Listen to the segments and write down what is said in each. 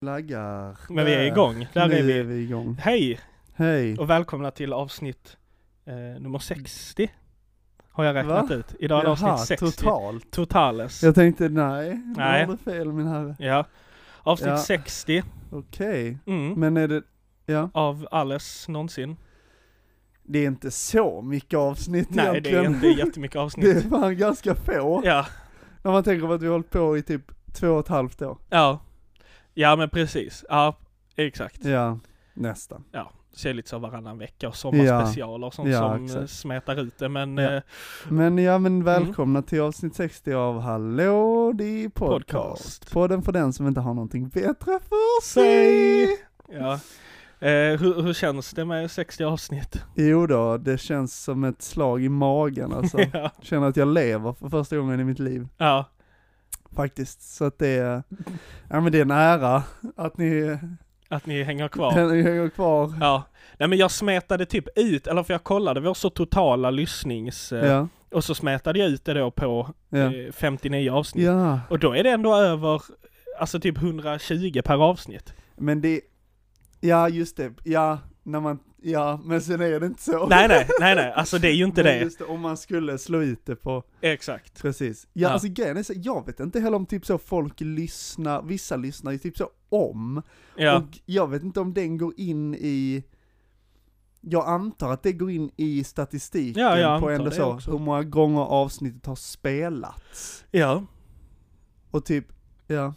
Laggar. Men vi är igång. Där nu är vi igång. Hej! Hej. Och välkomna till avsnitt nummer 60. Har jag räknat ut. Idag är det avsnitt 60. Totales. Jag tänkte nej. Du Nej. hade fel min herre. Ja. Avsnitt 60. Okej. Mm. Men är det, ja. Av alles någonsin. Det är inte så mycket avsnitt Nej, egentligen. det är inte jättemycket avsnitt. Det är fan ganska få. Ja. När man tänker på att vi har hållit på i typ 2,5 år. Ja. Ja, men precis. Ja, exakt. Ja, nästan. Ja. Så lite så varannan vecka och sommarspecialer och sånt som exakt. smetar ut det. Men, Men välkomna till avsnitt 60 av Hallå di podcast. Podden för den som inte har någonting bättre för sig. Ja. Hur känns det med 60 avsnitt? Jo då, det känns som ett slag i magen alltså. Ja. Känner att jag lever för första gången i mitt liv. Ja. Faktiskt, så att det är, ja men det är en ära att ni hänger kvar. hänger kvar. Ja. Nej, men jag smetade typ ut, eller för jag kollade vår så totala lyssnings och så smetade jag ut det då på 59 avsnitt. Ja. Och då är det ändå över, alltså typ 120 per avsnitt. Men det, ja just det, ja när man, ja men sen är det inte så. Nej, alltså det är ju inte men det. Just det, om man skulle slå ut det på. Exakt. Precis. Ja, alltså grejen är så, jag vet inte heller om typ så folk lyssnar, vissa lyssnar ju typ så om. Ja. Och jag vet inte om den går in i, jag antar att det går in i statistiken på ändå så, hur många gånger avsnittet har spelats. Ja. Och typ, ja.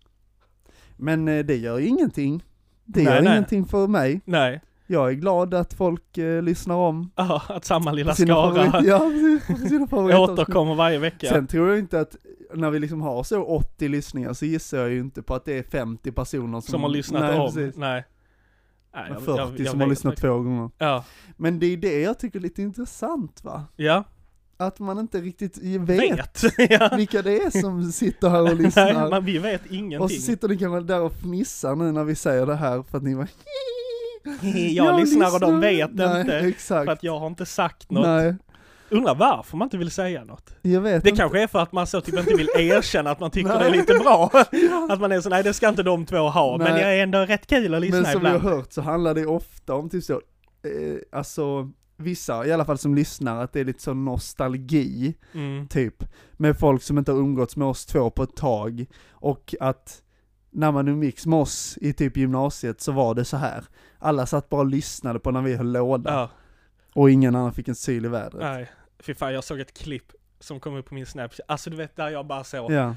Men det gör ju ingenting. Det gör ingenting för mig. Nej. Jag är glad att folk lyssnar om. Ja, att samma lilla sina skara sina favoriter återkommer varje vecka. Sen tror jag inte att när vi liksom har så 80 lyssningar så gissar jag ju inte på att det är 50 personer som har lyssnat om. Precis. Nej. 40 som har lyssnat 2 gånger. Ja. Men det är det jag tycker är lite intressant, va? Ja. Att man inte riktigt vet ja. vilka det är som sitter här och lyssnar. Nej, men vi vet ingenting. Och så sitter ni kanske där och fnissar nu när vi säger det här för att ni var jag lyssnar och de vet inte. Exakt. För att jag har inte sagt något. Nej. Undrar varför man inte vill säga något. Jag vet det inte. Kanske är för att man så typ inte vill erkänna att man tycker det är lite bra. Att man är så, nej det ska inte de två ha. Nej. Men jag är ändå rätt kul att lyssna ibland. Men som vi har hört så handlar det ofta om typ så, alltså vissa, i alla fall som lyssnar, att det är lite så nostalgi, typ. Med folk som inte har umgåtts med oss två på ett tag. Och att när man umgicks med oss i typ gymnasiet så var det så här. Alla satt bara och lyssnade på när vi höll låda. Ja. Och ingen annan fick en syl i vädret. Nej, fy fan, jag såg ett klipp som kom upp på min Snapchat. Alltså du vet, där jag bara så. Ja.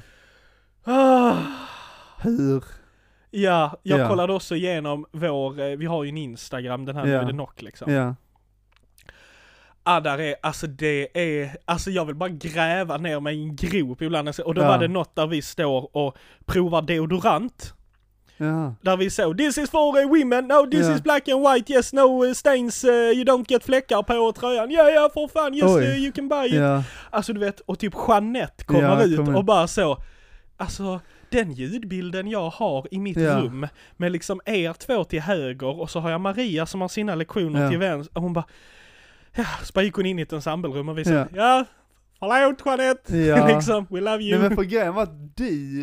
Hur? Ja, jag kollade också igenom vår, vi har ju en Instagram, den här med Nock liksom. Ja. Där är, alltså jag vill bara gräva ner mig i en grop ibland. Och då var det något där vi står och provar deodorant. Ja. Där vi såg, this is for women, no this is black and white, yes no stains, you don't get fläckar på tröjan, ja för fan, yes you can buy it. Alltså du vet, och typ Jeanette kommer ut och bara så, alltså den ljudbilden jag har i mitt rum med liksom er två till höger och så har jag Maria som har sina lektioner till vänster och hon bara, så bara gick hon in i ett ensemblerum och vi sa, förlåt Jeanette, liksom, we love you. Nej, men för grejen var att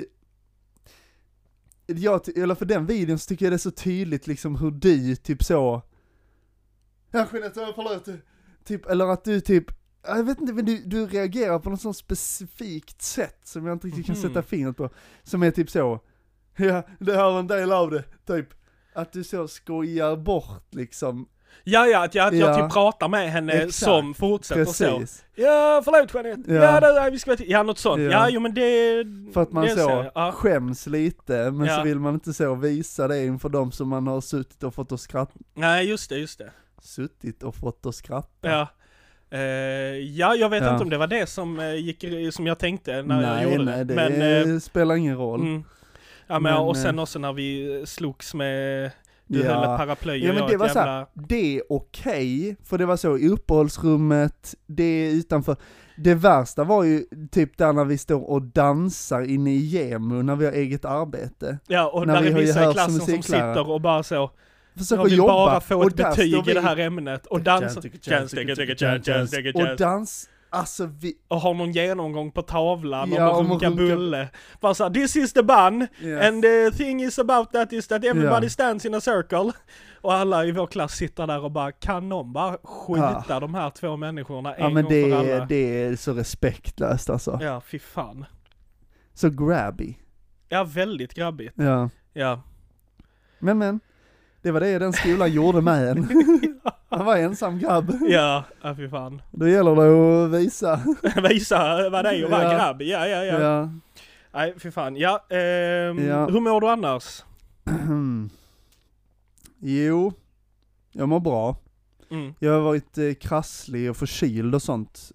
eller för den videon så tycker jag det är så tydligt liksom hur du typ så, Jeanette, förlåt, typ, eller att du typ, jag vet inte, men du reagerar på något sånt specifikt sätt som jag inte riktigt kan sätta fingret på, som är typ så, det här är en del av det, typ, att du så skojar bort liksom. Att jag typ pratar med henne som fortsätter så. Ja, förlåt Jeanette. Vi ska något sånt. Men det... För att man så skäms lite, men så vill man inte så visa det inför dem som man har suttit och fått att skratta. Nej, just det. Suttit och fått att skratta. Ja. Jag vet inte om det var det som jag tänkte när jag gjorde det. Nej, det spelar ingen roll. Ja, men och sen också när vi slogs med... Du höll ett paraply och men det var så här, det är okej, för det var så i uppehållsrummet, det är utanför. Det värsta var ju typ där när vi står och dansar inne i Gemu när vi har eget arbete. Ja, och när där är vissa i klassen som sitter och bara så, försöker jobba. Bara få ett betyg i det här ämnet och dansa. Alltså och har någon genomgång på tavlan om runka bulle. Bara såhär, this is the bun, and the thing is about that is that everybody stands in a circle. Och alla i vår klass sitter där och bara, kan någon bara skjuta de här 2 människorna en gång för alla? Det är så respektlöst alltså. Ja, fy fan. Så grabby. Ja, väldigt grabbigt. Ja. Men, det var det den skolan gjorde med en. Han var ensam grabb. Ja, fy fan. Då gäller det att visa. Visa vad det är att vara grabb. Ja. Nej, fy fan. Ja, hur mår du annars? Jo, jag mår bra. Jag har varit krasslig och förkyld och sånt.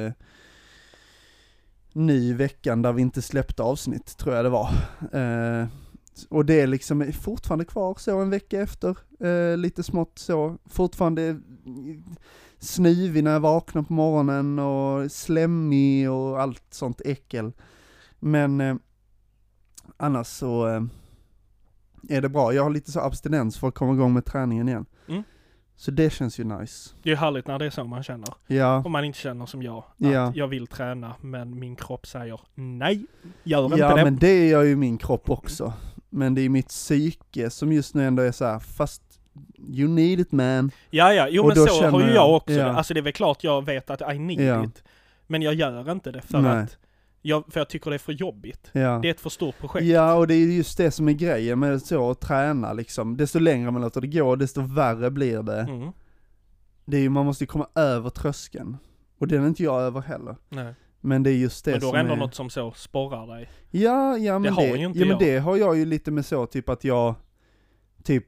Ny veckan där vi inte släppte avsnitt, tror jag det var. Och det är liksom fortfarande kvar så en vecka efter. Lite smått så. Fortfarande snuvig när jag vaknar på morgonen och slemmig och allt sånt äckel. Men annars så är det bra. Jag har lite så abstinens för att komma igång med träningen igen. Så det känns ju nice. Det är härligt när det är så man känner. Ja. Om man inte känner som jag. Att jag vill träna men min kropp säger nej, gör inte det. Ja, men det gör ju min kropp också. Men det är mitt psyke som just nu ändå är så här, fast you need it man. Ja, jo men så har ju jag också. Alltså det är väl klart jag vet att I need it. Men jag gör inte det för jag tycker det är för jobbigt. Det är ett för stort projekt. Ja, och det är just det som är grejen med så att träna liksom. Desto längre man låter det gå, desto värre blir det. Det är ju, man måste ju komma över tröskeln. Och den är inte jag över heller. Nej. Men det är just det som men då är ändå något som så sporrar dig. Ja, men det har ju inte jag. Men det har jag ju lite med så, typ att jag typ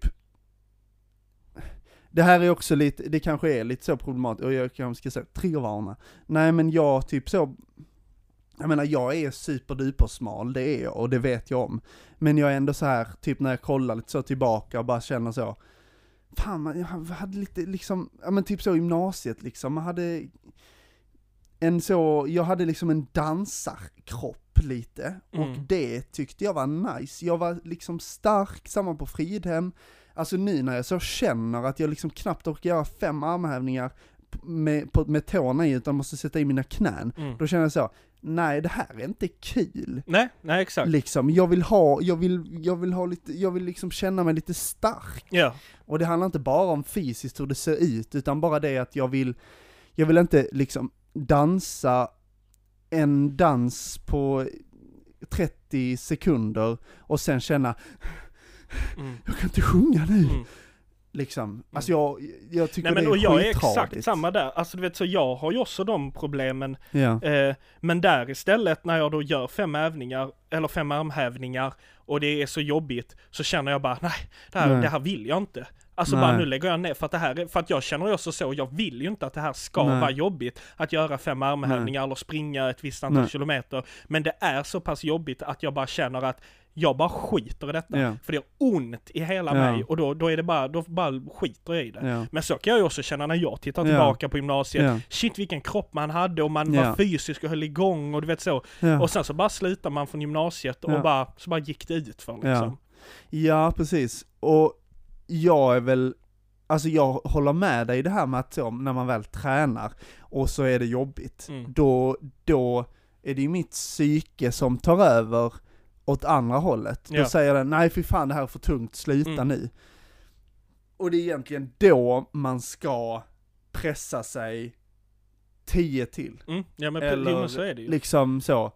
det här är också lite, det kanske är lite så problematiskt, och jag kanske ska säga triggervarna. Nej, men jag typ så, jag menar, jag är superduper smal, det är jag, och det vet jag om. Men jag är ändå så här, typ när jag kollar lite så tillbaka och bara känner så, fan, jag hade lite liksom, ja men typ så gymnasiet liksom, jag hade liksom en dansarkropp lite, och det tyckte jag var nice. Jag var liksom stark, samma på Fridhem. Alltså nu när jag så känner att jag liksom knappt orkar göra 5 armhävningar med tårna i, utan måste sätta i mina knän. Då känner jag så, nej, det här är inte kul. Nej, exakt. Liksom, jag vill liksom känna mig lite stark. Ja. Och det handlar inte bara om fysiskt hur det ser ut, utan bara det att jag vill inte liksom dansa en dans på 30 sekunder och sen känna jag kan inte sjunga nu. Liksom. Alltså jag tycker det är skittradigt. Jag är exakt samma där. Alltså du vet, så jag har ju också de problemen. Men där istället när jag då gör 5 övningar eller 5 armhävningar och det är så jobbigt, så känner jag bara nej, det här vill jag inte. Alltså bara nu lägger jag ner för att jag känner också så, jag vill ju inte att det här ska vara jobbigt att göra 5 armhävningar eller springa ett visst antal kilometer, men det är så pass jobbigt att jag bara känner att jag bara skiter i detta, för det är ont i hela mig, och då är det då bara skiter jag i det. Men så kan jag ju också känna när jag tittar tillbaka på gymnasiet, shit vilken kropp man hade, och man var fysisk och höll igång och du vet så, och sen så bara slutar man från gymnasiet och så bara gick det ut för liksom. Ja, precis. Och jag är väl, alltså jag håller med dig i det här med att när man väl tränar och så är det jobbigt, då är det ju mitt psyke som tar över åt andra hållet. Då säger den, nej för fan, det här är för tungt, sluta nu. Och det är egentligen då man ska pressa sig 10 till. Ja, men så är det ju. Liksom så.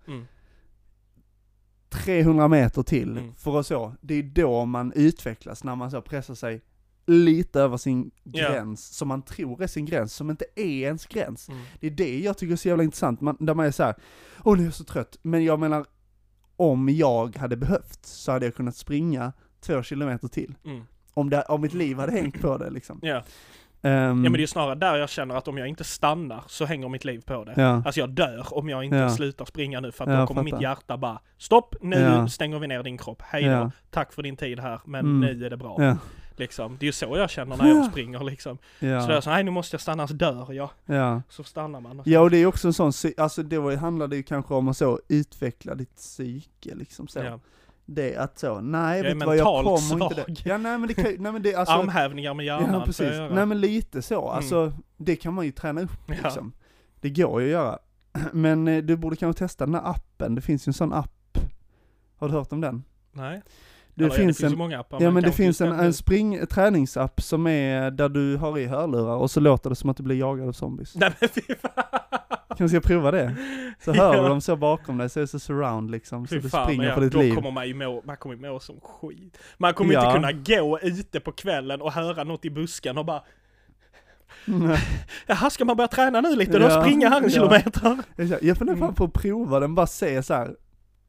300 meter till. För att så, det är då man utvecklas, när man så pressar sig lite över sin gräns, som man tror är sin gräns, som inte är ens gräns. Det är det jag tycker är så jävla intressant, där man är så här, nu är jag så trött. Men jag menar, om jag hade behövt så hade jag kunnat springa 2 kilometer till. Om mitt liv hade hängt på det liksom. Men det är ju snarare där jag känner att om jag inte stannar så hänger mitt liv på det. Alltså jag dör om jag inte slutar springa nu, för att då kommer mitt hjärta bara, stopp, nu stänger vi ner din kropp, hej då, tack för din tid här, men nu är det bra. Liksom. Det är ju så jag känner när jag springer liksom. Så jag är så, nej nu måste jag stanna, så dör jag. Så stannar man. Ja, och det är också en sån, alltså det handlade ju kanske om att så utveckla ditt psyke liksom så. Det är att så, nej, vet du vad, jag kommer inte det. Ja, nej men det alltså armhävningar med hjärnan. Ja, precis. Nej men lite så, alltså det kan man ju träna upp liksom. Det går ju att göra. Men du borde kanske testa den här appen. Det finns ju en sån app. Har du hört om den? Nej. Det finns ju många appar. Ja, men det finns en träningsapp som är där du har i hörlurar och så låter det som att du blir jagad av zombies. Nej men fy fan. Kanske jag prova det? Så hör du dem så bakom dig, så är det så surround liksom. Så du springer på ditt liv. Då kommer man kommer må som skit. Man kommer inte kunna gå ute på kvällen och höra något i busken och bara... Jaha, ska man börja träna nu lite? Då springer här en kilometer. Jag funderar fan på att prova den, bara se så här.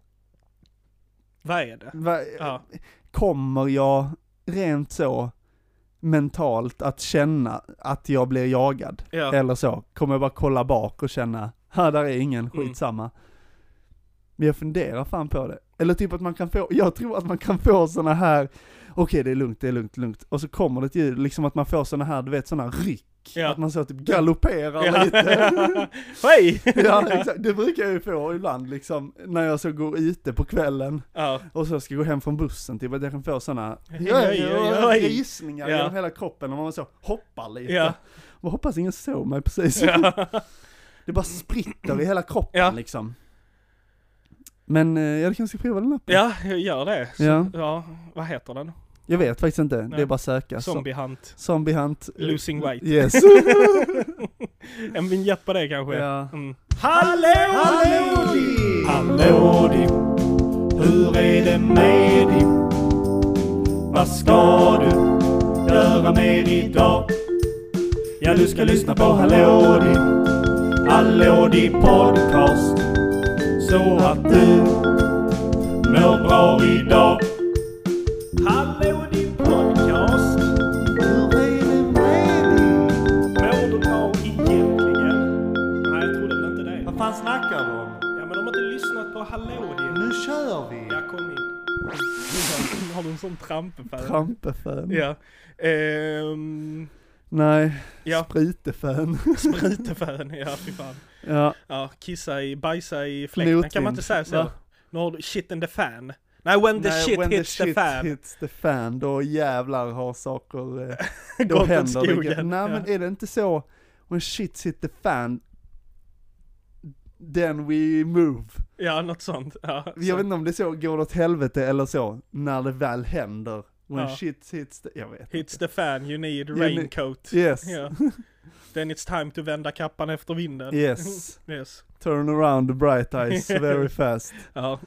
Vad är det? Kommer jag rent så mentalt att känna att jag blir jagad? Ja. Eller så, kommer jag bara kolla bak och känna, där är ingen, skitsamma. Men jag funderar fan på det. Eller typ att man kan få, jag tror att man kan få såna här, okej, det är lugnt. Och så kommer det ju liksom att man får såna här, du vet, såna ryck. Ja. Att man så typ galopperar lite. Hej! Ja, exakt. Det brukar jag ju få ibland liksom, när jag så går ute på kvällen. Ja. Och så ska gå hem från bussen, typ att jag kan få såna rysningar genom hela kroppen och man så hoppar lite. Ja. Och hoppas ingen såg mig precis. Det bara spritter i hela kroppen liksom. Men jag kanske ska prova den appen. Ja, jag gör det. Så, vad heter den? Jag vet faktiskt inte. Nej. Det är bara söka. Zombie Hunt. Losing weight. Yes. En vignett på det kanske. Ja. Hallå! Hur är det med dig? Vad ska du göra med idag? Ja, du ska lyssna på Hallå di podcast, så att du mår bra idag. Hallå di podcast. Hur är det med dig? Mår du bra egentligen? Nej, jag trodde väl inte det. Vad fan snackar du om? Ja, men de har inte lyssnat på Hallå di. Nu kör vi. Jag kom in. Har du en sån trampefan? Trampefan. Ja. Nej, ja. Spritefan, ja, fy fan. Ja, Bajsa i fläkten, kan man inte säga så? Nu har du shit in the fan. Nej, when the shit hits the fan, då jävlar har saker, då gått händer skogen. Det. Nej, men är det inte så, when shit hits the fan, then we move. Ja, något sånt. Ja, jag vet inte om det är så, går det åt helvete eller så, när det väl händer. When shit hits the, jag vet hits the fan, you need raincoat. Yes. Yeah. Then it's time to vända kappan efter vinden. Yes. Yes. Turn around the bright eyes very fast. Ja.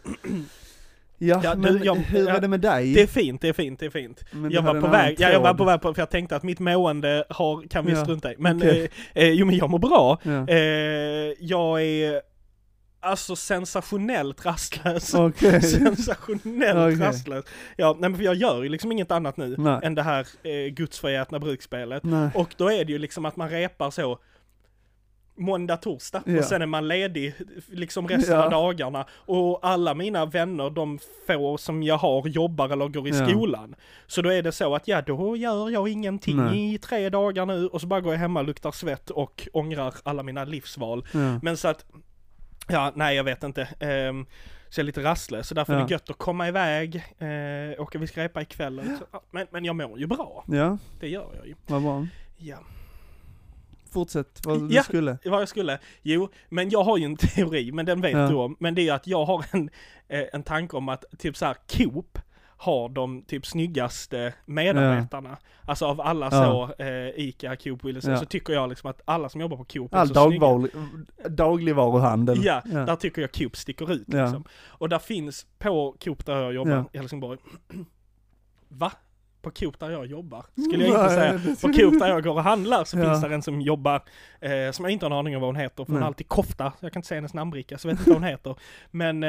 Ja, men hur är det med dig? Det är fint. Jag var på väg, för jag tänkte att mitt mående kan vi strunta i. Men, men jag mår bra. Ja. Jag är alltså sensationellt rastlös. Okay. Sensationellt rastlös. Ja, nej, men för jag gör ju liksom inget annat nu än det här gudsförgätna bruksspelet. Nej. Och då är det ju liksom att man repar så måndag, torsdag och sen är man ledig liksom resten av dagarna, och alla mina vänner, de få som jag har jobbar eller går i skolan, så då är det så att då gör jag ingenting i 3 dagar nu, och så bara går jag hemma, luktar svett och ångrar alla mina livsval. Men så att jag vet inte, så jag är lite rastlös, så därför är det gött att komma iväg, och vi ska repa ikväll, men jag mår ju bra. Ja. Det gör jag ju. Vad bra. Ja. Fortsätt vad du skulle. Vad jag skulle. Jo, men jag har ju en teori, men den vet du om. Men det är att jag har en tanke om att typ så här Coop har de typ snyggaste medarbetarna. Alltså av alla så Ica, Coop, Willys, så tycker jag liksom att alla som jobbar på Coop är så snygga. Dagligvaruhandel. Ja, där tycker jag Coop sticker ut liksom. Och där finns på Coop där jag jobbar i Helsingborg. Va? På Coop där jag jobbar, skulle jag inte säga. På Coop där jag går och handlar så finns det en som jobbar, som jag inte har en aning om vad hon heter, för hon har alltid kofta, jag kan inte säga hennes namnbricka, så vet inte vad hon heter. Men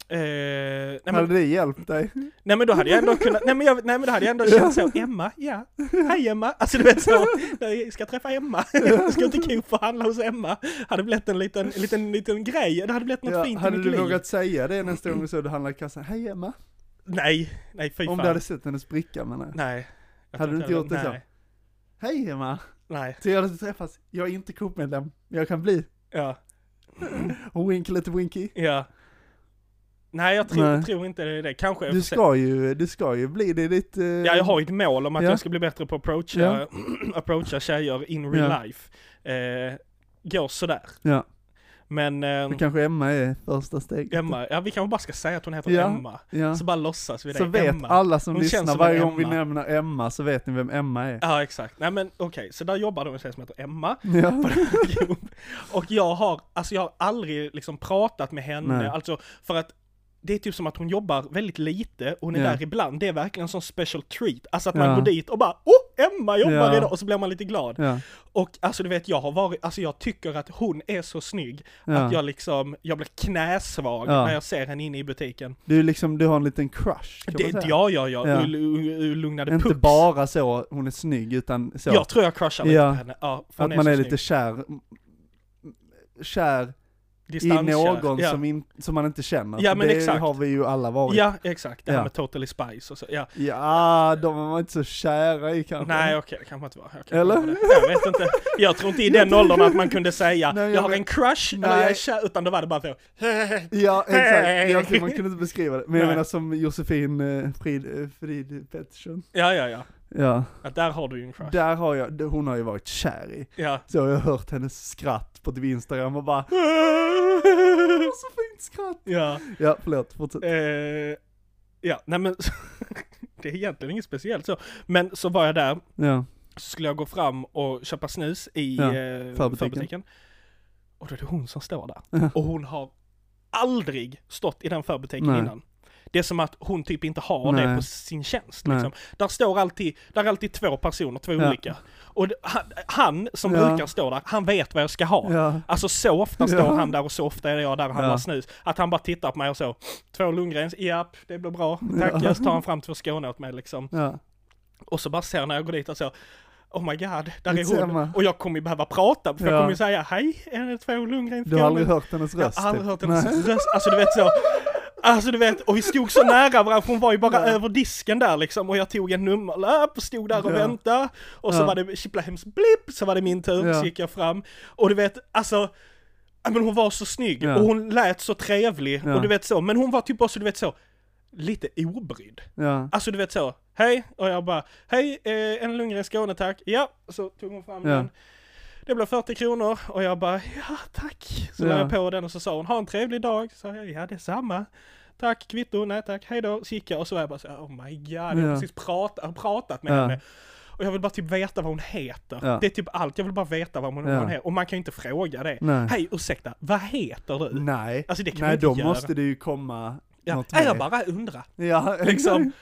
hade det hjälpt dig? Nej, men då hade jag ändå kunnat, nej men då hade jag ändå känt så, Emma, hej Emma, alltså du vet så, jag ska träffa Emma, jag ska till Coop och handla hos Emma, hade blivit en liten grej, det hade blivit något fint i mitt liv. Hade du vågat säga det nästa gång så du handlar i kassan, hej Emma? Nej, fy fan. Om du hade sett hennes bricka, men nej. Hade du inte gjort det så? Hej Emma. Nej. Så jag hade träffats. Jag är inte Coop-medlem. Jag kan bli. Ja. Och wink lite winky. Ja. Nej, jag tror inte det är det. Kanske. Du ska ju bli det lite. Ja, jag har ju ett mål om att jag ska bli bättre på att approacha tjejer in real life. Går sådär. Ja. Men... det kanske Emma är första steget. Emma, ja vi kanske bara ska säga att hon heter Emma. Ja. Så bara låtsas vi det. Så vet Emma. alla som lyssnar varje gång vi nämner Emma så vet ni vem Emma är. Ja exakt. Nej men okej, så där jobbar de en tjej som heter Emma. Ja. Och jag har aldrig liksom pratat med henne. Nej. Alltså för att det är typ som att hon jobbar väldigt lite och hon är där ibland. Det är verkligen en sån special treat. Alltså att man går dit och bara Emma jobbar idag och så blir man lite glad. Ja. Och alltså du vet, jag tycker att hon är så snygg att jag blir knäsvag när jag ser henne inne i butiken. Du har en liten crush kan man säga. Ja. Lugnade pups. Inte bara så hon är snygg utan så. Jag tror jag crushar lite på henne. Ja, att man är lite kär i någon som man inte känner. Ja, men det exakt. har vi ju alla varit. Ja, exakt. Det här med Totally Spice och så. Ja, de var inte så kära i kanske. Nej, okej, det kanske inte var. Eller? Jag vet inte. Jag tror inte i den åldern att man kunde säga jag har en crush eller jag är kär, utan det var det bara så. Ja, exakt. Man kunde inte beskriva det. Men jag menar som Josefin Frid Pettersson. Ja. Att där har du ju en crush. Hon har ju varit kär i. Ja. Så jag har hört hennes skratt på typ Instagram och bara så fint skratt. Ja, förlåt, fortsätt. Nej men det är egentligen inget speciellt så. Men så var jag där. Ja. Så skulle jag gå fram och köpa snus i förbutiken. Och då är det hon som står där. Ja. Och hon har aldrig stått i den förbutiken innan. Det är som att hon typ inte har det på sin tjänst. Liksom. Där är alltid två personer, två olika. Och han som brukar stå där, han vet vad jag ska ha. Ja. Alltså så ofta står han där och så ofta är jag där och handlar snus. Att han bara tittar på mig och så, 2 Lundgrens, det blir bra. Tack, jag tar han fram 2 Skåne åt mig liksom. Ja. Och så bara ser när jag går dit och så, oh my god, där är hon. Och jag kommer ju behöva prata, för jag kommer ju säga, hej, är det 2 Lundgrens Skåne? Du har aldrig hört hennes röst? Jag har aldrig hört hennes röst. Alltså du vet, och vi stod så nära varandra, hon var ju bara över disken där liksom, och jag tog en nummerlapp och stod där och väntade, och så var det Kiplahems blipp, så var det min tur, så gick jag fram, och du vet, alltså, men hon var så snygg, och hon lät så trevlig, och du vet så, men hon var typ också, du vet så, lite obrydd. Alltså du vet så, hej, och jag bara, hej, en Lundgren Skåne tack, så tog hon fram den. Det blev 40 kronor och jag bara, ja tack. Så la jag på den och så sa hon, ha en trevlig dag. Så jag, ja det är samma. Tack, kvitto, nej tack, hej då. Så gick jag och så var jag bara så här, oh my god, jag har precis pratat med henne. Och jag vill bara typ veta vad hon heter. Det är typ allt, jag vill bara veta vad hon heter. Och man kan ju inte fråga det. Hej, ursäkta, vad heter du? Nej, alltså, det kan man inte då göra. Måste det ju komma något jag bara undrar. Ja, liksom.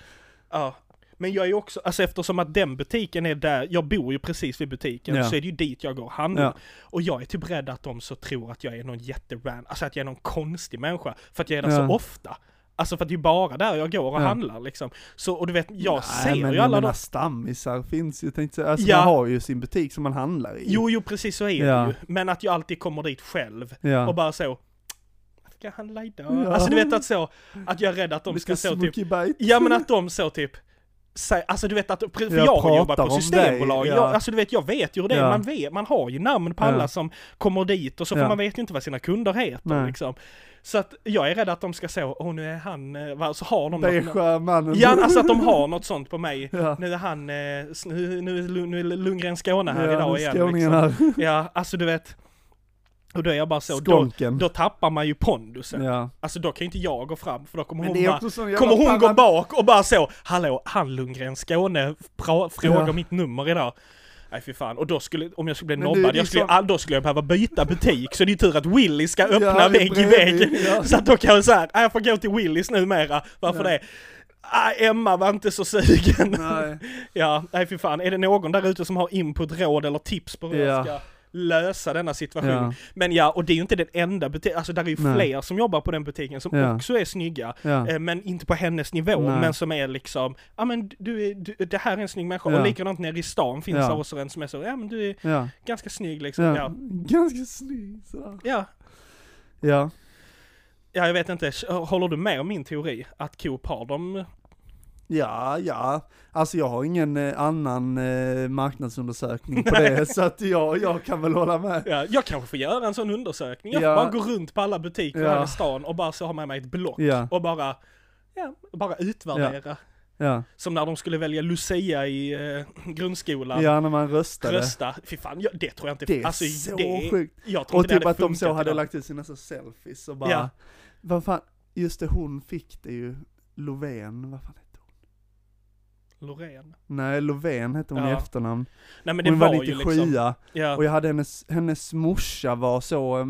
Men jag är ju också, alltså eftersom att den butiken är där, jag bor ju precis vid butiken, så är det ju dit jag går och handlar. Och jag är typ rädd att de så tror att jag är någon alltså att jag är någon konstig människa, för att jag är där så ofta. Alltså för att det är ju bara där jag går och handlar liksom. Så, och du vet, jag ser ju alla de stammisar finns ju, tänkte alltså man har ju sin butik som man handlar i. Jo, precis så är det ju. Men att jag alltid kommer dit själv och bara så, ska jag handla idag? Alltså du vet att så, att jag är rädd att de ska så typ, men att de så typ, alltså du vet att, för jag jobbar på Systembolag, alltså du vet, jag vet ju det, man har ju namn på alla som kommer dit, och så får man vet ju inte vad sina kunder heter liksom. Så att jag är rädd att de ska så, nu är han, så har de något, alltså att de har något sånt på mig. Nu är han, nu är Lundgren Skåne här idag igen liksom. Ja, alltså du vet. Och då är jag bara så, då tappar man ju pondusen. Alltså då kan ju inte jag gå fram, för då kommer hon gå bak och bara så, hallå, han Lundgren Skåne frågar mitt nummer idag. Nej fy fan, och då om jag skulle bli nobbad, då skulle jag behöva byta butik, så det är ju tur att Willy ska öppna vägg i vägg. Så att då kan jag säga, jag får gå till Willys numera, varför det? Emma var inte så sugen. Nej fy fan, är det någon där ute som har input, råd eller tips på hur jag ska lösa denna situation? Men och det är ju inte den enda butiken, alltså där är ju fler som jobbar på den butiken som också är snygga, men inte på hennes nivå, men som är liksom, men det här är en snygg människa, och likadant nere i stan finns det också en som är så, men du är ganska snygg liksom. Ganska snygg sådär. Ja, jag vet inte, håller du med om min teori att Coop har dem? Ja, alltså jag har ingen annan marknadsundersökning på det, så att jag kan väl hålla med. Jag kanske får göra en sån undersökning. Jag får bara gå runt på alla butiker här i stan och bara så ha med mig ett block och bara utvärdera. Ja. Som när de skulle välja Lucia i grundskolan. Ja, när man röstade. Fy fan, det tror jag inte. Det är alltså, så sjukt. Jag tror och inte typ det att de så hade idag. lagt ut sina så selfies och bara, vad fan, just det, hon fick det ju, Lovén, vad fan hette hon? Loreen? Nej, Lovén hette hon i efternamn. Nej, men det hon var 97, ju liksom, och jag hade hennes morsa var så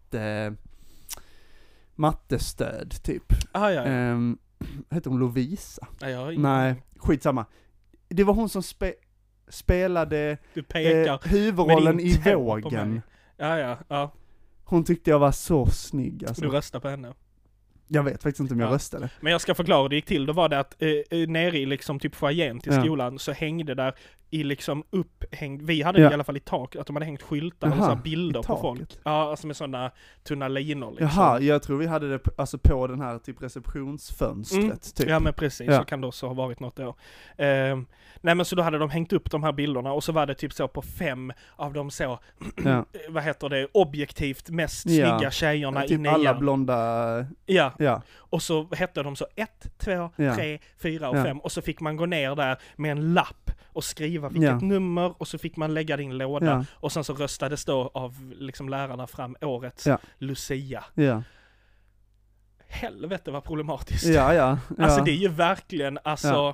mattestöd typ. Hette hon Lovisa? Nej, skitsamma. Det var hon som spelade huvudrollen i Vågen. Ja. Hon tyckte jag var så snygg alltså. Du röstade på henne? Jag vet faktiskt inte om jag röstade. Men jag ska förklara hur det gick till. Då var det att nere i liksom typ foajén till skolan så hängde där i liksom upphängd, vi hade det i alla fall i tak, att de hade hängt skyltar och så här bilder på folk. Ja, alltså med sådana tunna linor liksom. Jaha, jag tror vi hade det alltså på den här typ receptionsfönstret typ. Ja men precis, så kan det också ha varit något då. Nej men så då hade de hängt upp de här bilderna och så var det typ så på 5 av de så, vad heter det, objektivt mest snygga tjejerna typ i 9. alla blonda. Ja. Och så hette de så 1, 2, 3, 4 och 5 och så fick man gå ner där med en lapp och skriva vilket nummer och så fick man lägga din låda och sen så röstades då av liksom lärarna fram årets Lucia. Ja. Helvete vad problematiskt. Ja. Alltså det är ju verkligen alltså.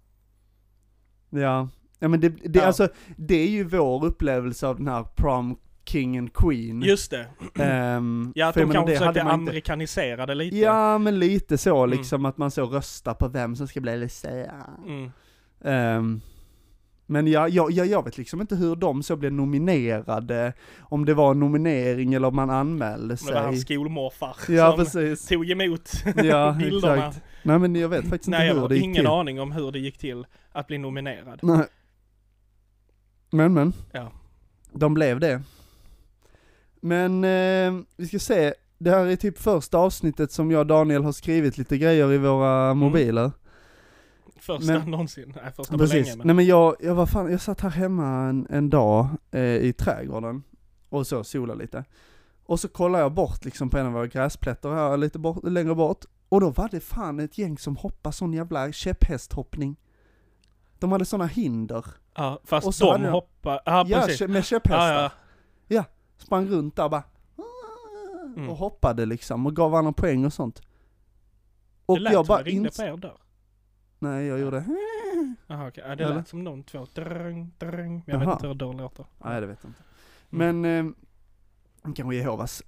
Ja men det alltså det är ju vår upplevelse av den här prom king and queen. Just det. Att de kanske försökte amerikanisera lite. Ja, men lite så liksom att man så röstar på vem som ska bli Lucia. Men jag vet liksom inte hur de så blev nominerade, om det var en nominering eller om man anmälde sig. Det var hans skolmorfar som precis. Tog emot bilderna. Exakt. Nej men jag vet faktiskt inte hur det gick till. Ingen aning om hur det gick till att bli nominerad. Nej. Men. Ja. De blev det. Men vi ska se, det här är typ första avsnittet som jag och Daniel har skrivit lite grejer i våra mobiler. Första någonsin. Nej, första på länge. Men. Nej men jag satt här hemma en dag i trädgården och så sola lite. Och så kollar jag bort liksom på en av våra gräsplättar här lite längre bort. Och då var det fan ett gäng som hoppade sån jävla käpphästhoppning. De hade såna hinder. Ja, fast och så de hoppade. Ja, precis. Med käpphästar. Ja, sprang runt där bara. Och hoppade liksom och gav varandra poäng och sånt. Och det lät jag bara ringde på er där. Nej, jag gjorde. Jaha, okej. Det lät som de två. Drrng. Jag vet inte hur det låter. Nej, det vet jag inte. Men kanske Jehovas.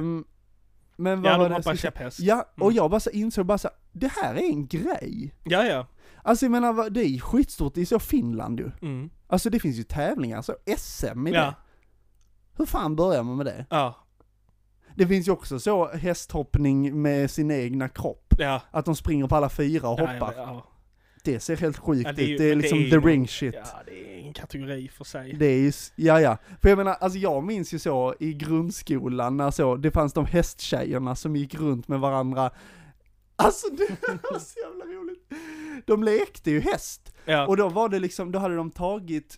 Men vad var de hoppar käpphäst. Ja, och jag bara så insåg bara så det här är en grej. Ja. Alltså jag menar, det är skitstort i så Finland ju. Alltså det finns ju tävlingar, så SM i det. Hur fan börjar man med det? Ja. Det finns ju också så hästhoppning med sin egna kropp. Ja. Att de springer på alla 4 och hoppar. Ja. Det ser helt sjukt ut. Det är liksom the ring shit. Ja, det är en kategori för sig. Det är ju, ja. För jag menar, alltså jag minns ju så i grundskolan när så, det fanns de hästtjejerna som gick runt med varandra. Alltså det var så jävla roligt. De lekte ju häst. Ja. Och då var det liksom, då hade de tagit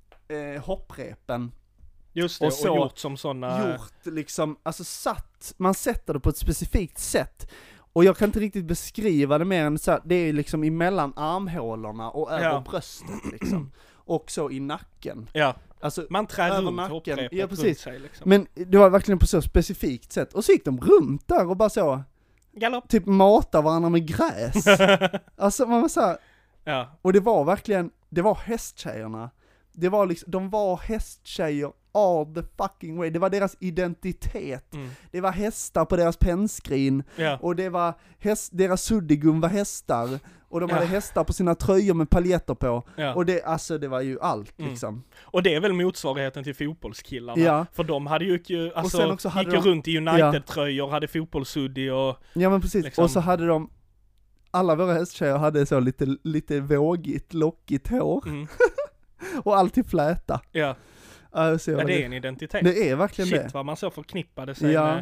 hopprepen. Just det, och gjort som sådana. Gjort liksom, alltså man sätter det på ett specifikt sätt. Och jag kan inte riktigt beskriva det mer än så här, det är liksom emellan armhålorna och över bröstet liksom. Och så i nacken. Ja. Alltså, man trär runt hopprepet runt sig liksom. Men det var verkligen på så specifikt sätt. Och så gick de runt där och bara så galopp. Typ mata varandra med gräs. Alltså man var så här, och det var verkligen, det var hästtjejerna. Det var liksom, de var hästtjejer all the fucking way. Det var deras identitet. Det var hästar på deras pennskrin. Och det var deras suddigum var hästar. Och de hade hästar på sina tröjor med paljetter på. Och det, alltså det var ju allt liksom. Och det är väl motsvarigheten till fotbollskillarna. För de hade ju, alltså, och sen gick runt i United-tröjor, hade fotbollssuddig och... Ja men precis, liksom. Och så hade de, alla våra hästtjejer hade så lite vågigt, lockigt hår. Och alltid fläta. Ja. Alltså, det är en identitet. Det är verkligen det. Shit vad man så förknippade sig med.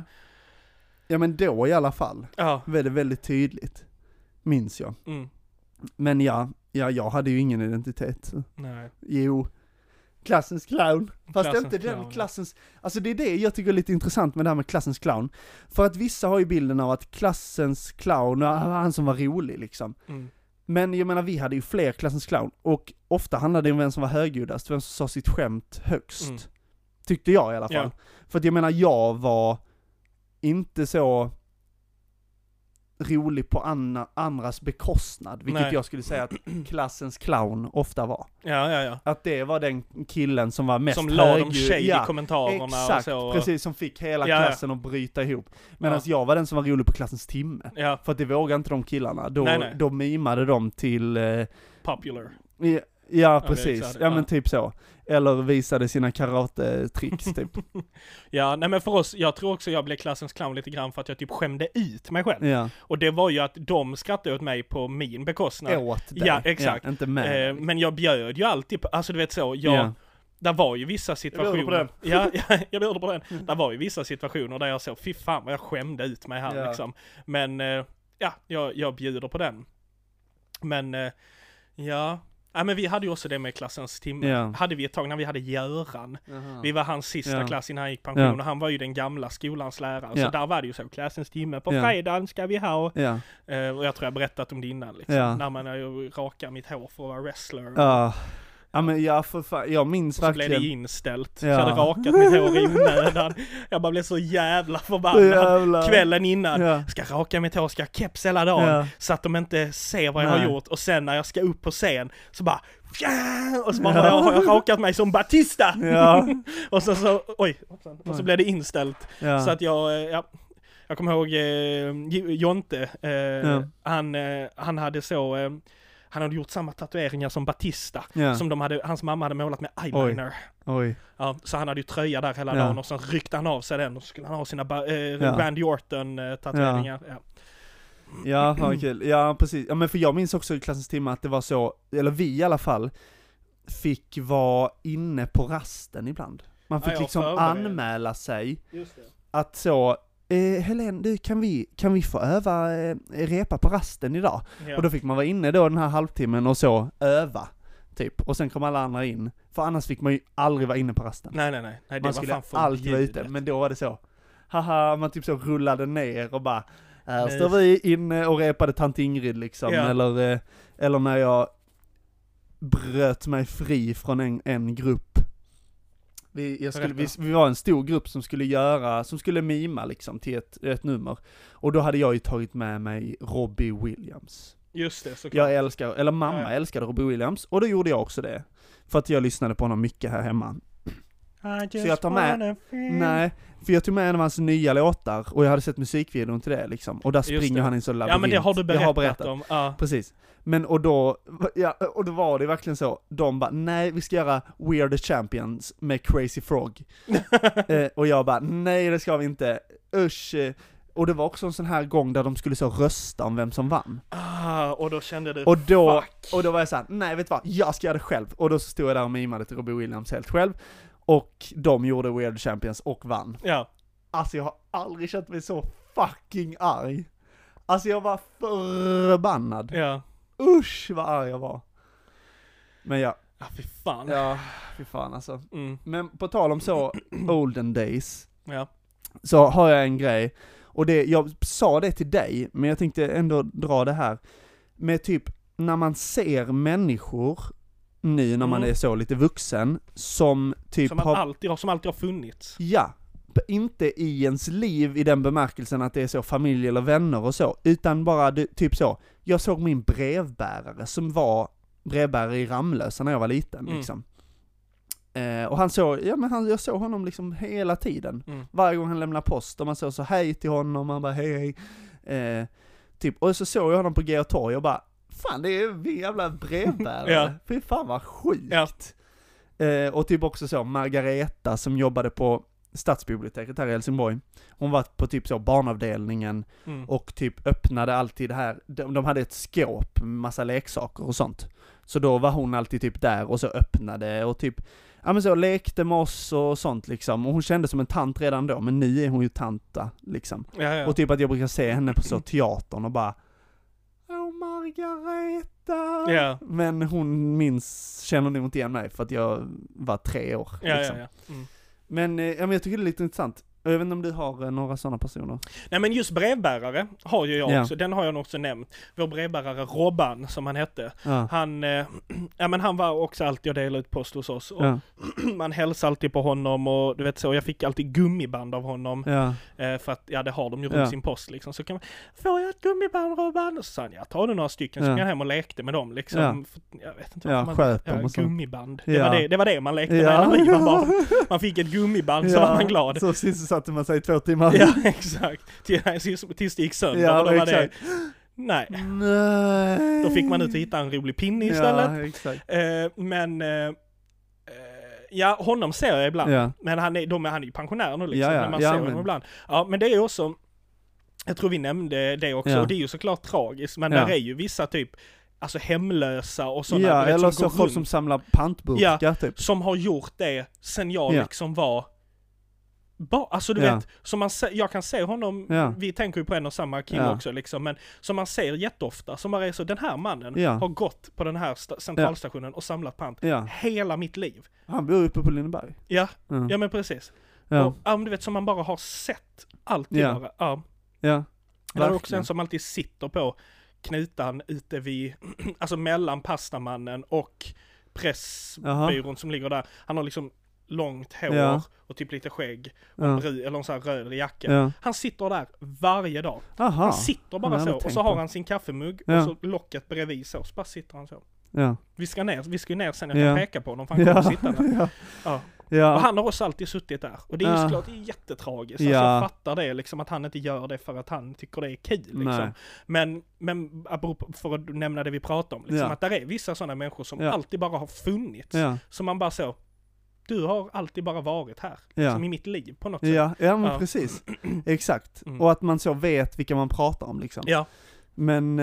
Ja men då i alla fall. Väldigt, väldigt tydligt. Minns jag. Men jag hade ju ingen identitet. Nej. Jo. Klassens clown. Fast klassens inte clown, den klassens... Alltså det är det jag tycker är lite intressant med det här med klassens clown. För att vissa har ju bilden av att klassens clown, han som var rolig liksom. Men jag menar, vi hade ju fler klassens clown, och ofta handlade det om vem som var högljuddast, vem som sa sitt skämt högst. Tyckte jag i alla fall. För att jag menar, jag var inte så rolig på andras bekostnad, vilket jag skulle säga att klassens clown ofta var. Ja. Att det var den killen som var mest som la de shady kommentarerna. Exakt, och så. Precis, som fick hela klassen att bryta ihop. Medan jag var den som var rolig på klassens timme. Ja. För att det vågade inte de killarna. Då mimade de till... Popular. Ja, precis. Ja, men typ så. Eller visade sina karate-tricks typ. Ja, nej men för oss, jag tror också jag blev klassens clown lite grann för att jag typ skämde ut mig själv. Ja. Och det var ju att de skrattade åt mig på min bekostnad. Åt dig. Ja, exakt. Ja, inte med. Men jag bjöd ju alltid på, alltså du vet så, där var ju vissa situationer. Jag bjöd på den. Där var ju vissa situationer där jag så, fy fan vad jag skämde ut mig här liksom. Men jag bjuder på den. Men ja, men vi hade ju också det med klassens timme. Hade vi ett tag när vi hade Göran. Vi var hans sista klass innan han gick pension. Och han var ju den gamla skolans lärare. Så där var det ju så, klassens timme. På fredagen ska vi ha. Och jag tror jag berättat om det innan. Liksom. När man rakar mitt hår för att vara wrestler. Ja men för fan, jag minns verkligen. Så blev det inställt. Så jag hade rakat mitt hår i onödan. Jag bara blev så jävla förbannad. Kvällen innan. Ska raka mitt hår, ska jag keps hela dagen. Så att de inte ser vad jag har gjort. Och sen när jag ska upp på scen så bara... Och så bara har jag rakat mig som Batista. Och så oj. Och så blev det inställt. Så att jag kommer ihåg Jonte. Han hade så... Han hade gjort samma tatueringar som Batista. Som hans mamma hade målat med eyeliner. Oj. Ja, så han hade ju tröja där hela dagen. Och så ryckte han av sig den. Och så skulle han ha sina Randy Orton-tatueringar. Ja, fan kul. Ja, precis. Ja, men för jag minns också i klassens timme att det var så, eller vi i alla fall, fick vara inne på rasten ibland. Man fick liksom anmäla sig. Just det. Att så... Helene, du, kan vi få öva repa på rasten idag? Och då fick man vara inne då den här halvtimmen och så öva typ, och sen kom alla andra in, för annars fick man ju aldrig vara inne på rasten. Nej, det man skulle alltid vara ute, men då var det så haha, man typ så rullade ner och bara här står vi inne och repade Tant Ingrid liksom, eller när jag bröt mig fri från en grupp. Vi var en stor grupp som skulle mima liksom till ett nummer. Och då hade jag ju tagit med mig Robbie Williams. Just det, såklart. Mamma älskade Robbie Williams, och då gjorde jag också det. För att jag lyssnade på honom mycket här hemma. Så jag tar med, för jag tog med en av hans nya låtar, och jag hade sett musikvideon till det liksom. Och där springer han in så labyrint. Ja, men det har du berättat om. Precis. Men och då var det verkligen så. De bara, nej, vi ska göra We Are The Champions med Crazy Frog. Och jag bara, nej, det ska vi inte. Usch. Och det var också en sån här gång där de skulle så rösta om vem som vann. Och då kände du, och då var jag såhär, nej, vet du vad, jag ska göra det själv. Och då så stod jag där och mimade till Robbie Williams helt själv. Och de gjorde We Are The Champions och vann. Ja. Alltså jag har aldrig känt mig så fucking arg. Alltså jag var förbannad. Ja. Usch vad arg jag var. Men ja, fy fan. Ja, fy fan alltså. Men på tal om så olden days, så har jag en grej. Och jag sa det till dig, men jag tänkte ändå dra det här. Med typ, när man ser människor nu när man är så lite vuxen, som typ som alltid har funnits. Ja, inte i ens liv i den bemärkelsen att det är så familj eller vänner och så, utan bara typ så. Jag såg min brevbärare som var brevbärare i Ramlösa när jag var liten liksom. Och jag såg honom liksom hela tiden. Varje gång han lämnade post, och man såg så hej till honom, och man bara hej. Typ, och så såg jag honom på G och Torg och bara, fan, det är vi jävla brevbärare. Fy fan vad sjukt. Och typ också så Margareta som jobbade på stadsbiblioteket här i Helsingborg. Hon var på typ så barnavdelningen och typ öppnade alltid det här. De hade ett skåp med massa leksaker och sånt. Så då var hon alltid typ där och så öppnade och typ så lekte med oss och sånt liksom. Och hon kände som en tant redan då, men nu är hon ju tanta liksom. Ja. Och typ att jag brukar se henne på så teatern och bara Margareta. Ja. Men hon känner nog inte igen mig för att jag var 3 år liksom. Men jag tycker det är lite intressant. Jag vet inte om du har några sådana personer. Nej, men just brevbärare har ju jag också. Den har jag nog också nämnt. Vår brevbärare Robban, som han hette. Han var också alltid och delade ut post hos oss. Och man hälsade alltid på honom och du vet så. Jag fick alltid gummiband av honom. För att det har de ju runt sin post liksom. Så kan man, får jag ett gummiband, Robban? Och så sa han, jag tar du några stycken. Så kan jag hem och lekte med dem liksom. För, jag vet inte vad man... gummiband. Det var det man lekte med när vi var barn. Man fick ett gummiband så var man glad. Så satte man sig 2 timmar. Ja, exakt. Tills det gick sönder. Ja, och då var det... Nej. Då fick man ut och hitta en rolig pinne istället. Ja, exakt. Honom ser jag ibland. Ja. Men han är ju pensionär nu liksom. Men man ser honom ibland. Ja, men det är också... Jag tror vi nämnde det också. Och det är ju såklart tragiskt. Men där är ju vissa typ... Alltså hemlösa och sådana. Ja, eller så folk som samlar pantburkar typ. Som har gjort det sen jag liksom var... Alltså du vet, som jag kan se honom, vi tänker ju på en och samma kille också liksom, men som man ser jätteofta, som bara är så, den här mannen har gått på den här centralstationen och samlat pant hela mitt liv. Han bor uppe på Lindeberg. Ja men precis. Och du vet, som man bara har sett alltid bara. Det är också en som alltid sitter på knutan ute vid, alltså mellan pastamannen och pressbyrån som ligger där. Han har liksom långt hår och typ lite skägg och eller en sån här röd jacka. Han sitter där varje dag. Han sitter bara så och så har han sin kaffemugg och så locket bredvid så bara sitter han så. Vi ska ner sen, jag kan peka på honom för han kommer sitta där. Och han har också alltid suttit där. Och det är ju såklart, det är jättetragiskt. Alltså jag fattar det liksom, att han inte gör det för att han tycker det är kul liksom. Men för att nämna det vi pratar om liksom, att där är vissa sådana människor som alltid bara har funnits. Som man bara så, du har alltid bara varit här, som i mitt liv på något sätt. Ja, men precis. Exakt. Och att man så vet vilka man pratar om liksom. Men,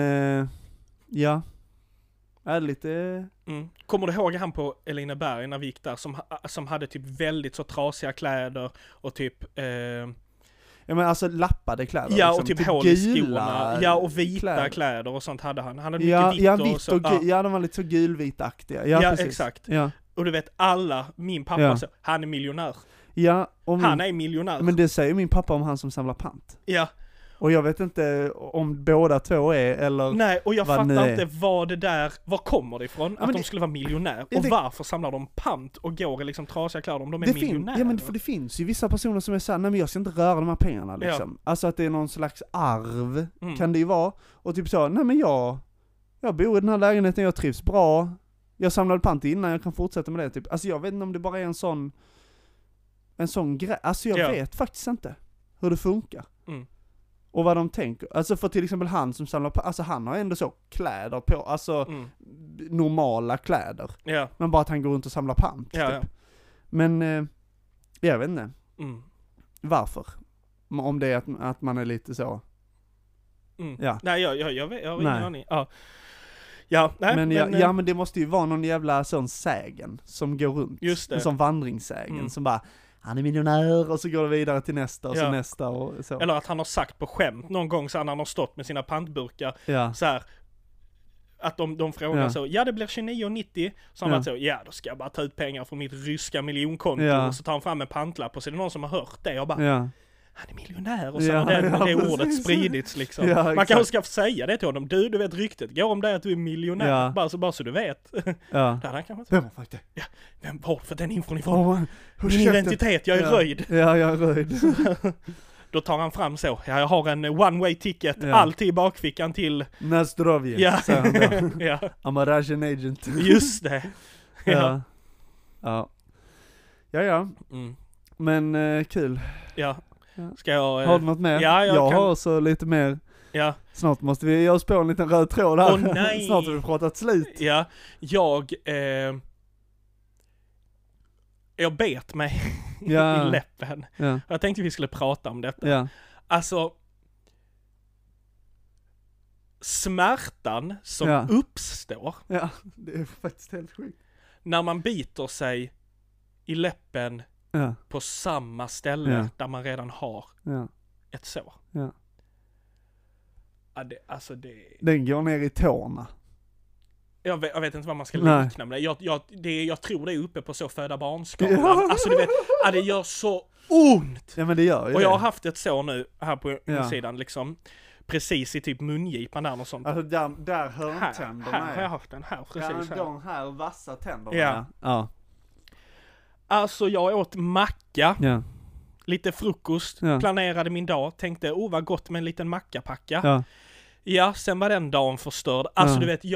är lite... Kommer du ihåg han på Elineberg när vi gick där, som hade typ väldigt så trasiga kläder och typ... Ja, men alltså lappade kläder. Ja, liksom. Och typ hål i skorna. Ja, och vita kläder och sånt hade han. Han hade mycket vitt och så. De var lite så gulvitaktiga. Ja, precis. Exakt. Och du vet, min pappa så, han är miljonär. Han är miljonär. Men det säger min pappa om han som samlar pant. Ja. Och jag vet inte om båda två är, eller... Nej, och jag fattar inte var kommer det ifrån, att de skulle vara miljonär. Och varför samlar de pant och går i liksom trasiga kläder om de är miljonärer? Ja, men för det finns ju vissa personer som är såhär, nej men jag ska inte röra de här pengarna liksom. Alltså att det är någon slags arv, kan det ju vara. Och typ så, nej men jag bor i den här lägenheten, jag trivs bra. Jag samlade pant innan, jag kan fortsätta med det typ. Alltså jag vet inte om det bara är en sån grej. Alltså jag vet faktiskt inte hur det funkar. Och vad de tänker. Alltså för till exempel han som samlar på, alltså han har ändå så kläder på, alltså normala kläder. Men bara att han går runt och samlar pant. Typ. Men jag vet inte. Varför? Om det är att man är lite så. Nej, jag har ingen aning. Men det måste ju vara någon jävla sån sägen som går runt. Just det. En sån vandringssägen som bara, han är miljonär, och så går det vidare till nästa och så nästa och så. Eller att han har sagt på skämt någon gång så han har stått med sina pantburkar så här, att de frågar så, det blir 29,90, så han var så, då ska jag bara ta ut pengar från mitt ryska miljonkonto, och så tar han fram en pantlapp och så är det någon som har hört det och bara han är miljonär, och så har det ordet spridits liksom. Man kanske ska säga det till honom. Du vet ryktet går om det att du är miljonär. Bara så du vet. Vem har sagt det? Vem var för den infon ifrån? Min identitet, jag är röjd. Ja, jag är röjd. Då tar han fram så. Jag har en one-way ticket alltid i bakfickan till... Nazdrovje, säger han då. I'm a Russian agent. Just det. Ja. Men kul. Ska jag... Har du något mer? Jag har så lite mer. Snart måste vi göra oss på en liten röd tråd här. Snart har vi pratat slut. Jag bet mig i läppen. Jag tänkte vi skulle prata om detta. Alltså, smärtan som uppstår. Det är faktiskt helt sjukt. När man biter sig i läppen på samma ställe där man redan har ett sår. Den går ner i tårna. Jag vet inte vad man ska likna med det. Jag tror det är uppe på så föda barnskalan. Alltså du vet, det gör så ont. Ja men det gör ju. Och jag har haft ett så nu här på sidan liksom. Precis i typ mungipan där och sånt. Alltså där hörntänderna här har jag haft den här precis här. De här vassa tänderna. Ja. Alltså jag åt macka. Ja. Lite frukost. Ja. Planerade min dag. Tänkte, vad gott med en liten mackapacka. Ja. Ja, sen var den dagen förstörd. Alltså du vet,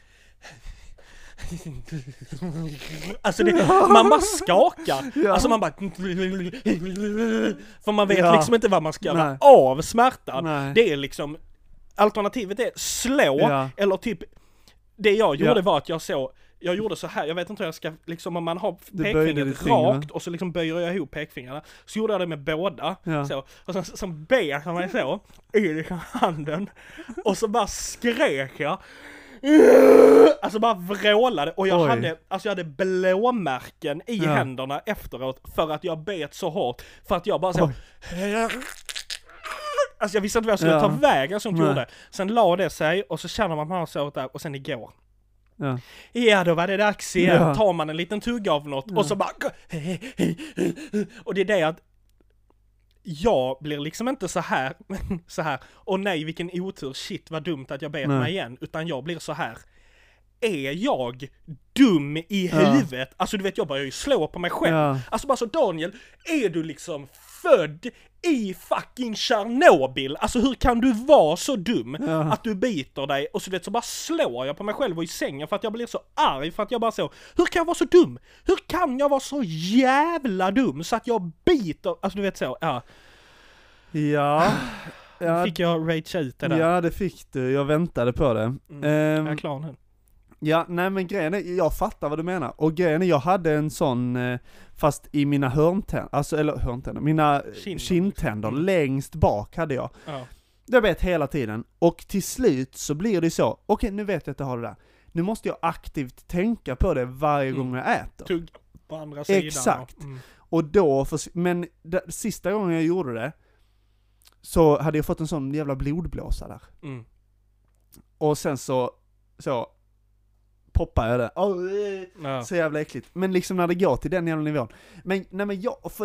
alltså man bara skakar. Alltså man bara för man vet liksom inte vad man ska göra av smärtan. Det är liksom alternativet är slå eller typ det jag gjorde var att jag gjorde så här, jag vet inte hur jag ska liksom om man har pekfingret rakt och så liksom böjer jag ihop pekfingrarna, så gjorde jag det med båda så, och sen ber jag mig så i liksom handen och så bara skrek jag. Alltså bara vrålade och jag hade blåmärken i händerna efteråt för att jag bet så hårt, för att jag bara så alltså jag visste inte vad jag skulle ta vägen som gjorde. Sen la det sig och så känner man har så där och sen igår. Ja, då var det dags igen. Tar man en liten tugga av något och så bara och det är det att jag blir liksom inte så här och nej vilken otur, shit vad dumt att jag bet mig igen, utan jag blir så här. Är jag dum i huvudet? Alltså du vet, jag börjar ju slå på mig själv. Alltså bara så, Daniel, är du liksom född i fucking Tjernobyl? Alltså hur kan du vara så dum att du biter dig? Och så vet så bara slår jag på mig själv och i sängen för att jag blir så arg, för att jag bara så, hur kan jag vara så dum? Hur kan jag vara så jävla dum så att jag biter? Alltså du vet så, fick jag rage ut det där? Ja, det fick du. Jag väntade på det. Jag är klar nu. Ja, nej men grejen är, jag fattar vad du menar. Och grejen är, jag hade en sån, fast i mina mina kindtänder, längst bak hade jag. Jag bet hela tiden. Och till slut så blir det så, okej, nu vet jag att jag har det där. Nu måste jag aktivt tänka på det varje gång jag äter. Tugg på andra sidan. Exakt. Och då, men sista gången jag gjorde det, så hade jag fått en sån jävla blodblåsa där. Och sen så poppar jag det. Så jävla äckligt. Men liksom när det går till den jävla nivån. Men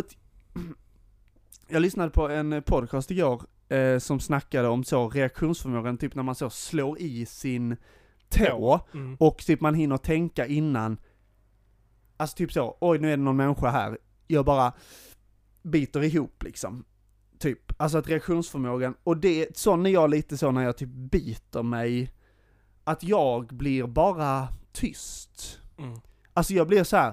jag lyssnade på en podcast igår som snackade om så reaktionsförmågan, typ när man så slår i sin tå och typ man hinner tänka innan. Alltså typ så, oj nu är det någon människa här. Jag bara biter ihop liksom. Typ, alltså att reaktionsförmågan, och det sån är jag lite så när jag typ biter mig, att jag blir bara tyst. Alltså jag blir så här.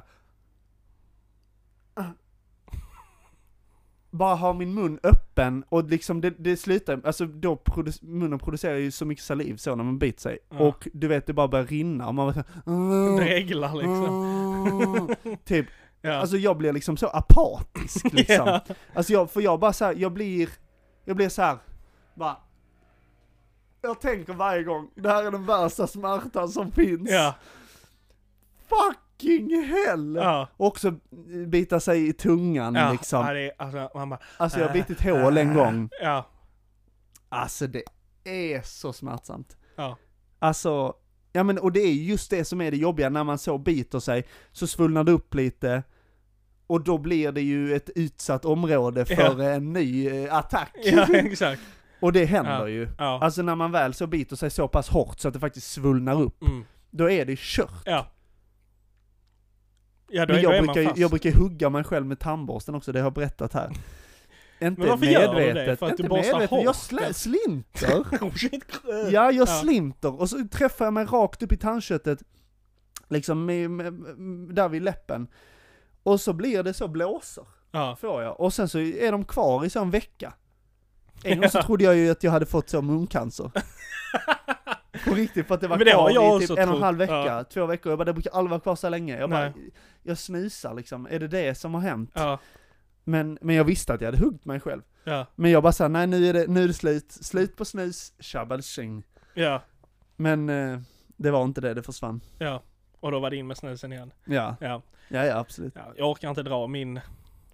Bara har min mun öppen och liksom det slutar, alltså då munnen producerar ju så mycket saliv så när man biter sig. Och du vet, det bara börjar rinna och man bara reglar liksom. Typ. Alltså jag blir liksom så apatisk liksom. Alltså jag bara så här, jag blir så här, bara, jag tänker varje gång, det här är den värsta smärtan som finns. Fucking hell! Och också bita sig i tungan liksom. Alltså jag har bitit hål en gång. Alltså det är så smärtsamt. Alltså, ja men och det är just det som är det jobbiga, när man så biter sig så svullnar det upp lite. Och då blir det ju ett utsatt område för en ny attack. Ja, exakt. Och det händer ju. Alltså när man väl så biter sig så pass hårt så att det faktiskt svullnar upp, då är det kört. Men jag brukar hugga mig själv med tandborsten också, det har jag berättat här. Inte men varför medvetet. Gör du det? För att du borstar hårt? Jag slinter. Ja, jag slinter. Och så träffar jag mig rakt upp i tandköttet. Liksom där vid läppen. Och så blir det så blåsor. Får jag. Och sen så är de kvar i så en vecka. En gång så trodde jag ju att jag hade fått så muncancer. På riktigt, för att det var kvar i typ 1,5 vecka, 2 veckor. Jag bara, det brukar aldrig vara kvar så länge. Jag snusar liksom. Är det som har hänt? Men jag visste att jag hade huggt mig själv. Men jag bara sa, nej nu är det slut på snus, shabalshing. Men det var inte det försvann. Och då var det in med snusen igen. Ja, absolut. Jag orkar inte dra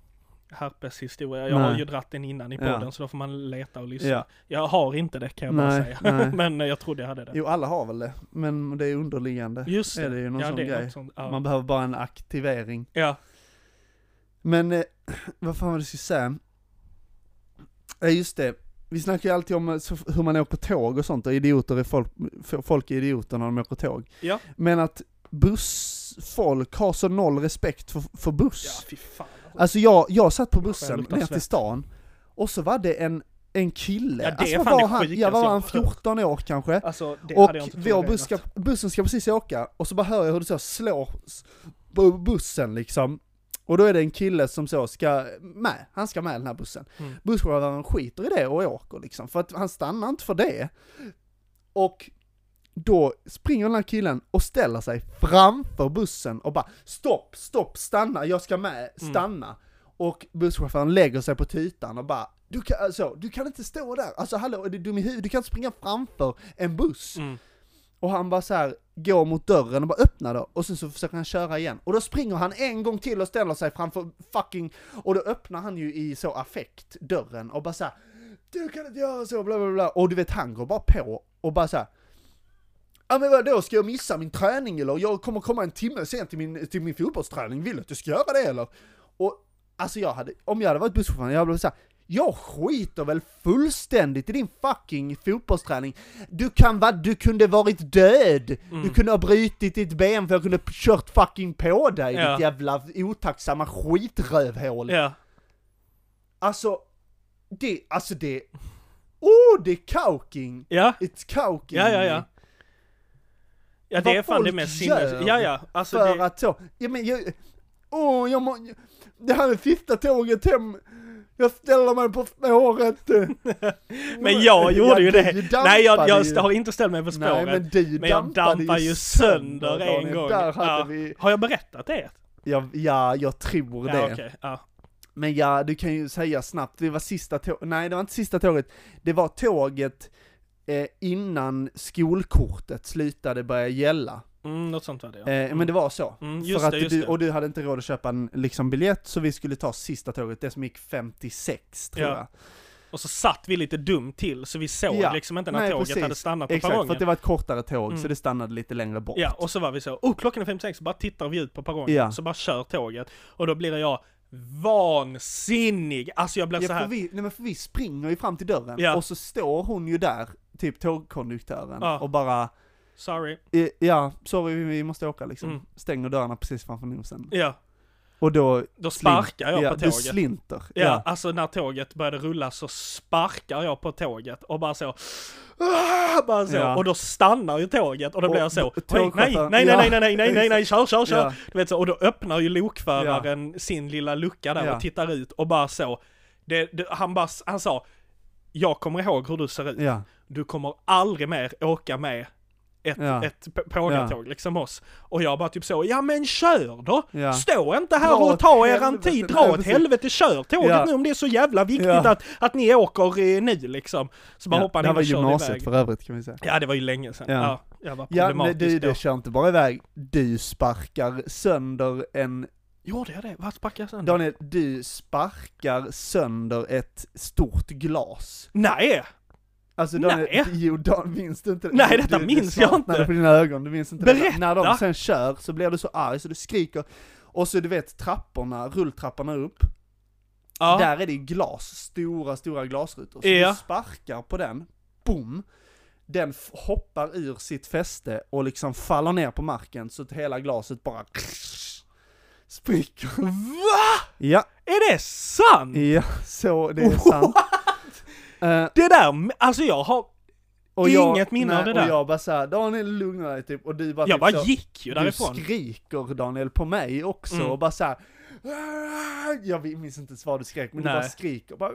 herpeshistoria. Jag har ju dratt den innan i podden, så då får man leta och lyssna. Jag har inte det, kan jag bara säga. Men jag trodde jag hade det. Jo, alla har väl det. Men det är underliggande. Just det. Är det ju någon sån det är grej. något sånt, Man behöver bara en aktivering. Ja. Men, vad fan var det jag skulle säga? Just det. Vi snackar ju alltid om hur man åker tåg och sånt, och idioter är folk är idioter när de åker tåg. Ja. Men att bussfolk har så noll respekt för buss. Ja, fy fan. Alltså jag satt på bussen ner till stan, och så var det en kille. Ja, det är alltså, var han 14 år kanske. Alltså, det och hade jag inte bussen ska precis åka, och så bara hör jag hur det så slår på bussen liksom. Och då är det en kille som så han ska med den här bussen. Busschauffören skiter i det och åker liksom, för att han stannar inte för det. Och då springer den här killen och ställer sig framför bussen och bara stopp, stanna, jag ska med, stanna. Och busschauffören lägger sig på tytan och bara, du kan inte stå där, alltså hallå, är du dum i huvudet? Du kan inte springa framför en buss. Och han bara så här går mot dörren och bara öppnar då, och sen så försöker han köra igen. Och då springer han en gång till och ställer sig framför och då öppnar han ju i så affekt dörren och bara så här, du kan inte göra så, bla bla bla. Och du vet, han går bara på och bara så här, ja men vadå, ska jag missa min träning eller? Jag kommer komma en timme sen till min fotbollsträning, vill du att du ska göra det eller? Och alltså om jag hade varit busschaufför, jag hade blivit så här, jag skiter väl fullständigt i din fucking fotbollsträning. Du kunde varit död. Du kunde ha brutit ditt ben för jag kunde kört fucking på dig, ditt jävla otacksamma skitrövhål. Ja. Alltså det är kauking. Ja. It's kauking. Ja. Ja, det är fan det mest sinnes. Ja. Alltså för det... att så. Ja men det här är sista tåget hem. Jag ställer mig på spåret. Men jag gjorde ju det. Nej, jag har inte ställt mig på Nej, spåret. men jag dampar ju sönder en gång. Där har jag berättat det? Ja, jag tror det. Okay. Ja. Men du kan ju säga snabbt. Det var sista tåget. Nej, det var inte sista tåget. Det var tåget innan skolkortet slutade börja gälla. Något sånt var det, ja. Men det var så. Just för att det. Och du hade inte råd att köpa en liksom biljett, så vi skulle ta sista tåget, det som gick 56 tror jag. Och så satt vi lite dumt till, så vi såg liksom inte när tåget hade stannat på perrongen. Exakt, för att det var ett kortare tåg, så det stannade lite längre bort. Ja, och så var vi så, klockan är 56, så bara tittar vi ut på perrongen, så bara kör tåget. Och då blir jag vansinnig. Alltså jag blev så här. För vi springer ju fram till dörren, och så står hon ju där, typ tågkonduktören, och bara... Sorry. Sorry, vi måste åka liksom. Stänger dörrarna precis framför nosen. Ja. Och då sparkar jag på tåget. Du slinter. Ja, alltså när tåget började rulla så sparkar jag på tåget och bara så. Och då stannar ju tåget och då blir jag så. Nej, kör. Du vet så, och då öppnar ju lokföraren sin lilla lucka där och tittar ut och bara så. Han sa, jag kommer ihåg hur du ser ut. Ja. Du kommer aldrig mer åka med ett pågatåg liksom oss. Och jag bara typ så, ja men kör då! Ja. Stå inte här och ta eran tid, dra åt helvete, kör tåget nu om det är så jävla viktigt att ni åker nu liksom. Så bara hoppar han in och körde iväg. Det var gymnasiet för övrigt kan vi säga. Ja, det var ju länge sedan. Ja, jag var problematisk men du kör inte bara iväg, du sparkar sönder en... Gjorde jag det? Vad sparkar jag sönder? Daniel, du sparkar sönder ett stort glas. Nej! Alltså minns du inte? Nej, detta minns jag inte. På dina ögon, du minns inte. Berätta! När de sen kör så blir du så arg så du skriker. Och så du vet rulltrapporna upp. Ja. Där är det glas, stora glasrutor. Så du sparkar på den, boom. Den hoppar ur sitt fäste och liksom faller ner på marken så att hela glaset bara spricker. Va? Ja. Är det sant? Ja, så det är sant. Det där, alltså jag har inget minne av det där. Och jag bara såhär, Daniel lugna dig typ. Och du bara jag typ bara så, gick ju därifrån. Du skriker Daniel på mig också och bara såhär. Jag minns inte vad du skrek, men du bara skriker. Bara,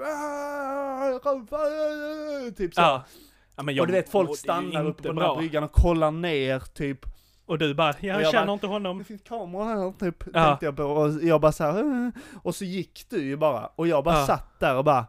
typ så. Ja, men och du vet, folk stannar uppe på den här bryggan och kollar ner typ. Och du bara, jag känner inte honom. Det finns kamera här typ, tänkte jag på. Och jag bara såhär, och så gick du ju bara. Och jag bara satt där och bara.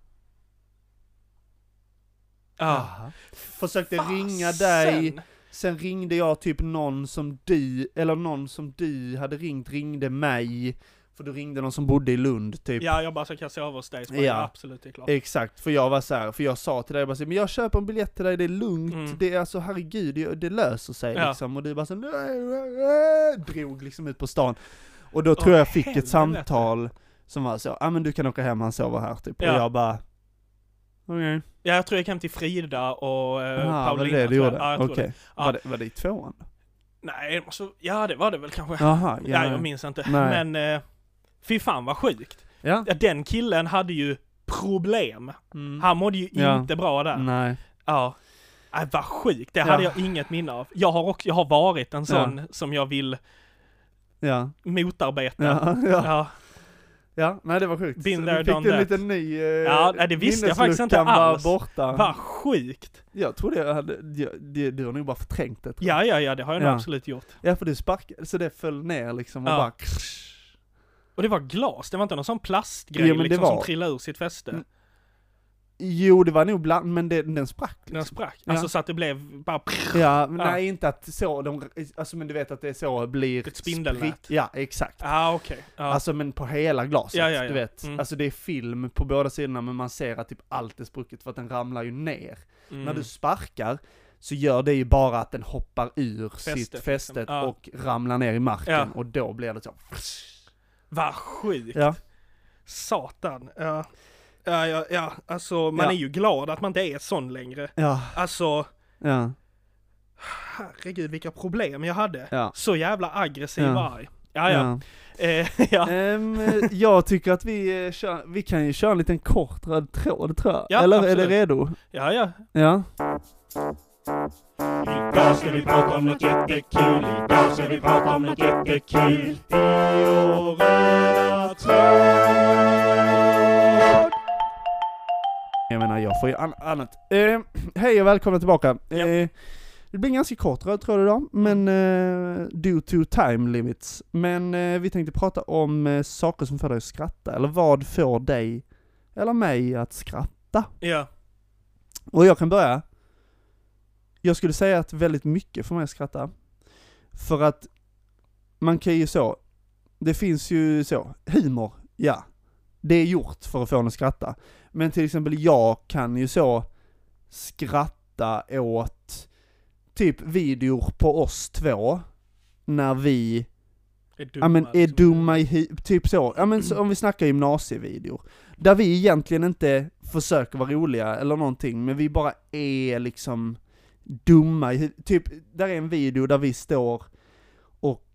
Försökte ringa dig. Sen ringde jag typ någon som du hade ringde mig. för du ringde någon som bodde i Lund typ. Ja, jag bara så kan jag sova hos dig. Ja, absolut, det är klart. Exakt, för jag var så här, för jag sa till dig bara så, men jag köper en biljett till dig, det är lugnt. Det är alltså, herregud, det löser sig liksom. Och du bara så, drog liksom ut på stan. Och då tror jag fick ett samtal som var så, men du kan åka hem, han sover här typ. Och jag bara, okej. Ja, jag tror jag kom till Frida och Paulina. Var det du gjorde? Okej. Var det i 2:an då? Nej, ja det var det väl kanske. Jaha, ja, jag minns inte. Nej. Men fy fan vad sjukt. Ja. Den killen hade ju problem. Han mådde ju inte bra där. Nej. Ja. Vad sjukt. Det hade jag inget minne av. Jag har varit en sån som jag vill motarbeta. Ja, nej det var sjukt. Been there, fick done en liten ny det visste jag faktiskt inte alls. Borta. Vad sjukt. Jag tror du har nog bara förträngt det. Ja, det har jag nog absolut gjort. Ja, för du sparkade, så det föll ner liksom och bara... Och det var glas, det var inte någon sån plastgrej liksom, som trillade ur sitt fäste. Jo, det var nog men den sprack. Liksom. Den sprack, alltså så att det blev bara... Nej, inte att så, alltså men du vet att det är så blir... Ett spindelnät. Ja, exakt. Okej. Alltså men på hela glaset, du vet. Mm. Alltså det är film på båda sidorna, men man ser att typ allt är sprucket för att den ramlar ju ner. När du sparkar så gör det ju bara att den hoppar ur sitt fästet liksom. Och ramlar ner i marken och då blir det så... Vad sjukt. Satan. Ja, alltså man är ju glad att man inte är sån längre. Alltså herregud vilka problem jag hade. Så jävla aggressiv arg. Jag tycker att vi kan ju köra en liten kort röd tråd, tror jag. Eller absolut. Är det redo? Ja. Idag ska vi prata om något jättekul. Idag ska vi prata om något jättekul. I och röda tråd. Jag menar, jag får ju annat. Hej och välkomna tillbaka. Det blir en ganska kort röd tråd idag, men due to time limits. Men vi tänkte prata om saker som får dig att skratta. Eller vad får dig eller mig att skratta? Ja. Och jag kan börja. Jag skulle säga att väldigt mycket får mig att skratta. För att man kan ju så, det finns ju så, humor, det är gjort för att få en att skratta. Men till exempel jag kan ju så skratta åt typ videor på oss två när vi är dumma i typ så. Så om vi snackar gymnasievideor där vi egentligen inte försöker vara roliga eller någonting, men vi bara är liksom dumma i typ, där är en video där vi står och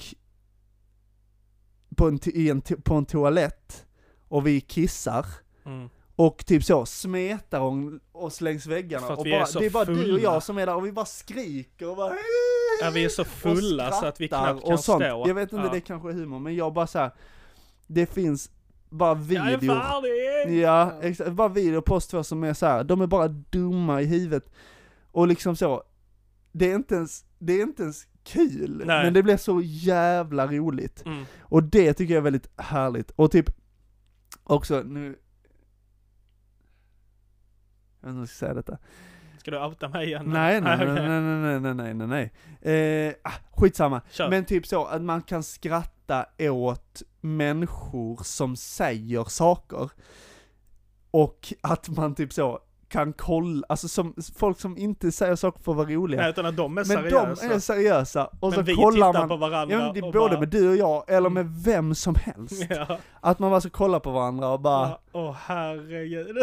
på en toalett och vi kissar och typ så smetar oss längs väggarna och bara, det är bara du och jag som är där och vi bara skriker och bara vi är så fulla så att vi knappt kan stå. Jag vet inte, det kanske är humor, men jag bara så här, det finns bara videor. Exakt, bara videor på oss två som är så här, de är bara dumma i huvudet och liksom så, det är inte ens kul. Nej. Men det blir så jävla roligt. Och det tycker jag är väldigt härligt. Och typ också nu, jag vet inte om jag ska säga detta. Ska du outa mig igen? Nej. Skitsamma. Kör. Men typ så att man kan skratta åt människor som säger saker. Och att man typ så kan kolla, alltså som folk som inte säger saker för att vara roliga. Nej, utan att de är seriösa. Men de är seriösa. Och men så vi kollar tittar man på varandra. Ja, det är både med du och jag, eller med vem som helst. Ja. Att man bara så kollar på varandra och bara... herregud.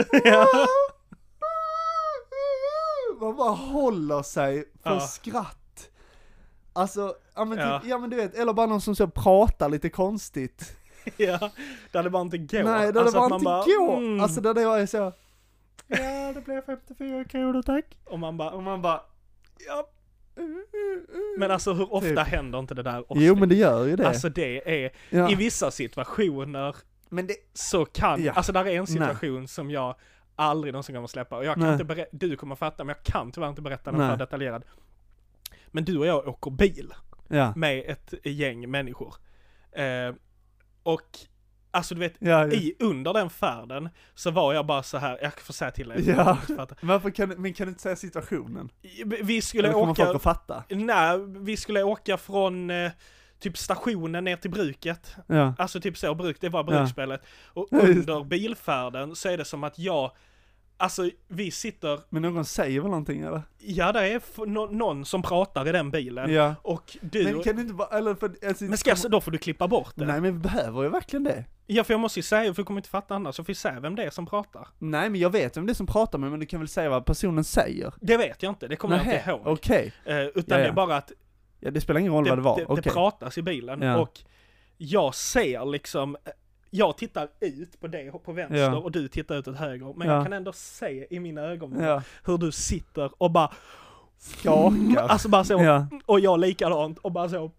Man bara håller sig för skratt. Alltså, men du vet, eller bara någon som så pratar lite konstigt. Där det bara inte går. Nej, där alltså det bara inte går. Alltså där det var så... Ja, det blev 54 kronor, tack. Och man bara ja. Men alltså hur ofta händer inte det där också? Jo, men det gör ju det. Alltså det är i vissa situationer, men det så kan alltså där är en situation som jag aldrig någonsin kommer släppa, och jag kan inte du kommer fatta, men jag kan tyvärr inte berätta den för detaljerad. Men du och jag åker bil med ett gäng människor. Och alltså du vet, under den färden så var jag bara så här, jag får säga till dig. Varför kan du inte säga situationen? Vi skulle åka... folk att fatta? Nej, vi skulle åka från typ stationen ner till bruket. Ja. Alltså typ så, det var bruksspelet. Och under bilfärden så är det som att alltså vi sitter... Men någon säger väl någonting eller? Ja, det är någon som pratar i den bilen. Ja. Och du... Men kan du inte bara... Eller men då får du klippa bort det. Nej, men behöver jag verkligen det? Ja, för jag måste ju säga, för jag kommer inte fatta annars, så får jag säga vem det är som pratar. Nej, men jag vet vem det är som pratar med, men du kan väl säga vad personen säger? Det vet jag inte, det kommer jag inte ihåg. Okej. Utan det är bara att... Ja, det spelar ingen roll vad det var. Det pratas i bilen, och jag ser liksom... Jag tittar ut på dig på vänster och du tittar ut åt höger. Men jag kan ändå se i mina ögon hur du sitter och bara skakar. Alltså bara så. Och jag likadant och bara så.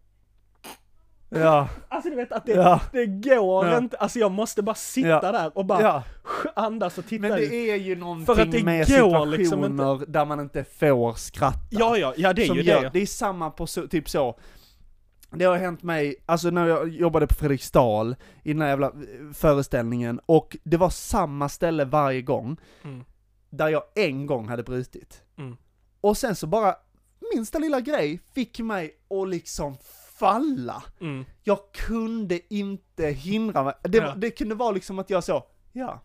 Ja. Alltså du vet att det går inte. Alltså jag måste bara sitta där och bara andas och titta ut. Men det är ju någonting för att det med går situationer liksom inte. där man inte får skratta. Ja, det är ju det. Det är samma på typ så. Det har hänt mig, alltså när jag jobbade på Fredriksdal i den här jävla föreställningen, och det var samma ställe varje gång där jag en gång hade brutit. Och sen så bara, minsta lilla grej fick mig att liksom falla. Jag kunde inte hindra mig. Det kunde vara liksom att jag så,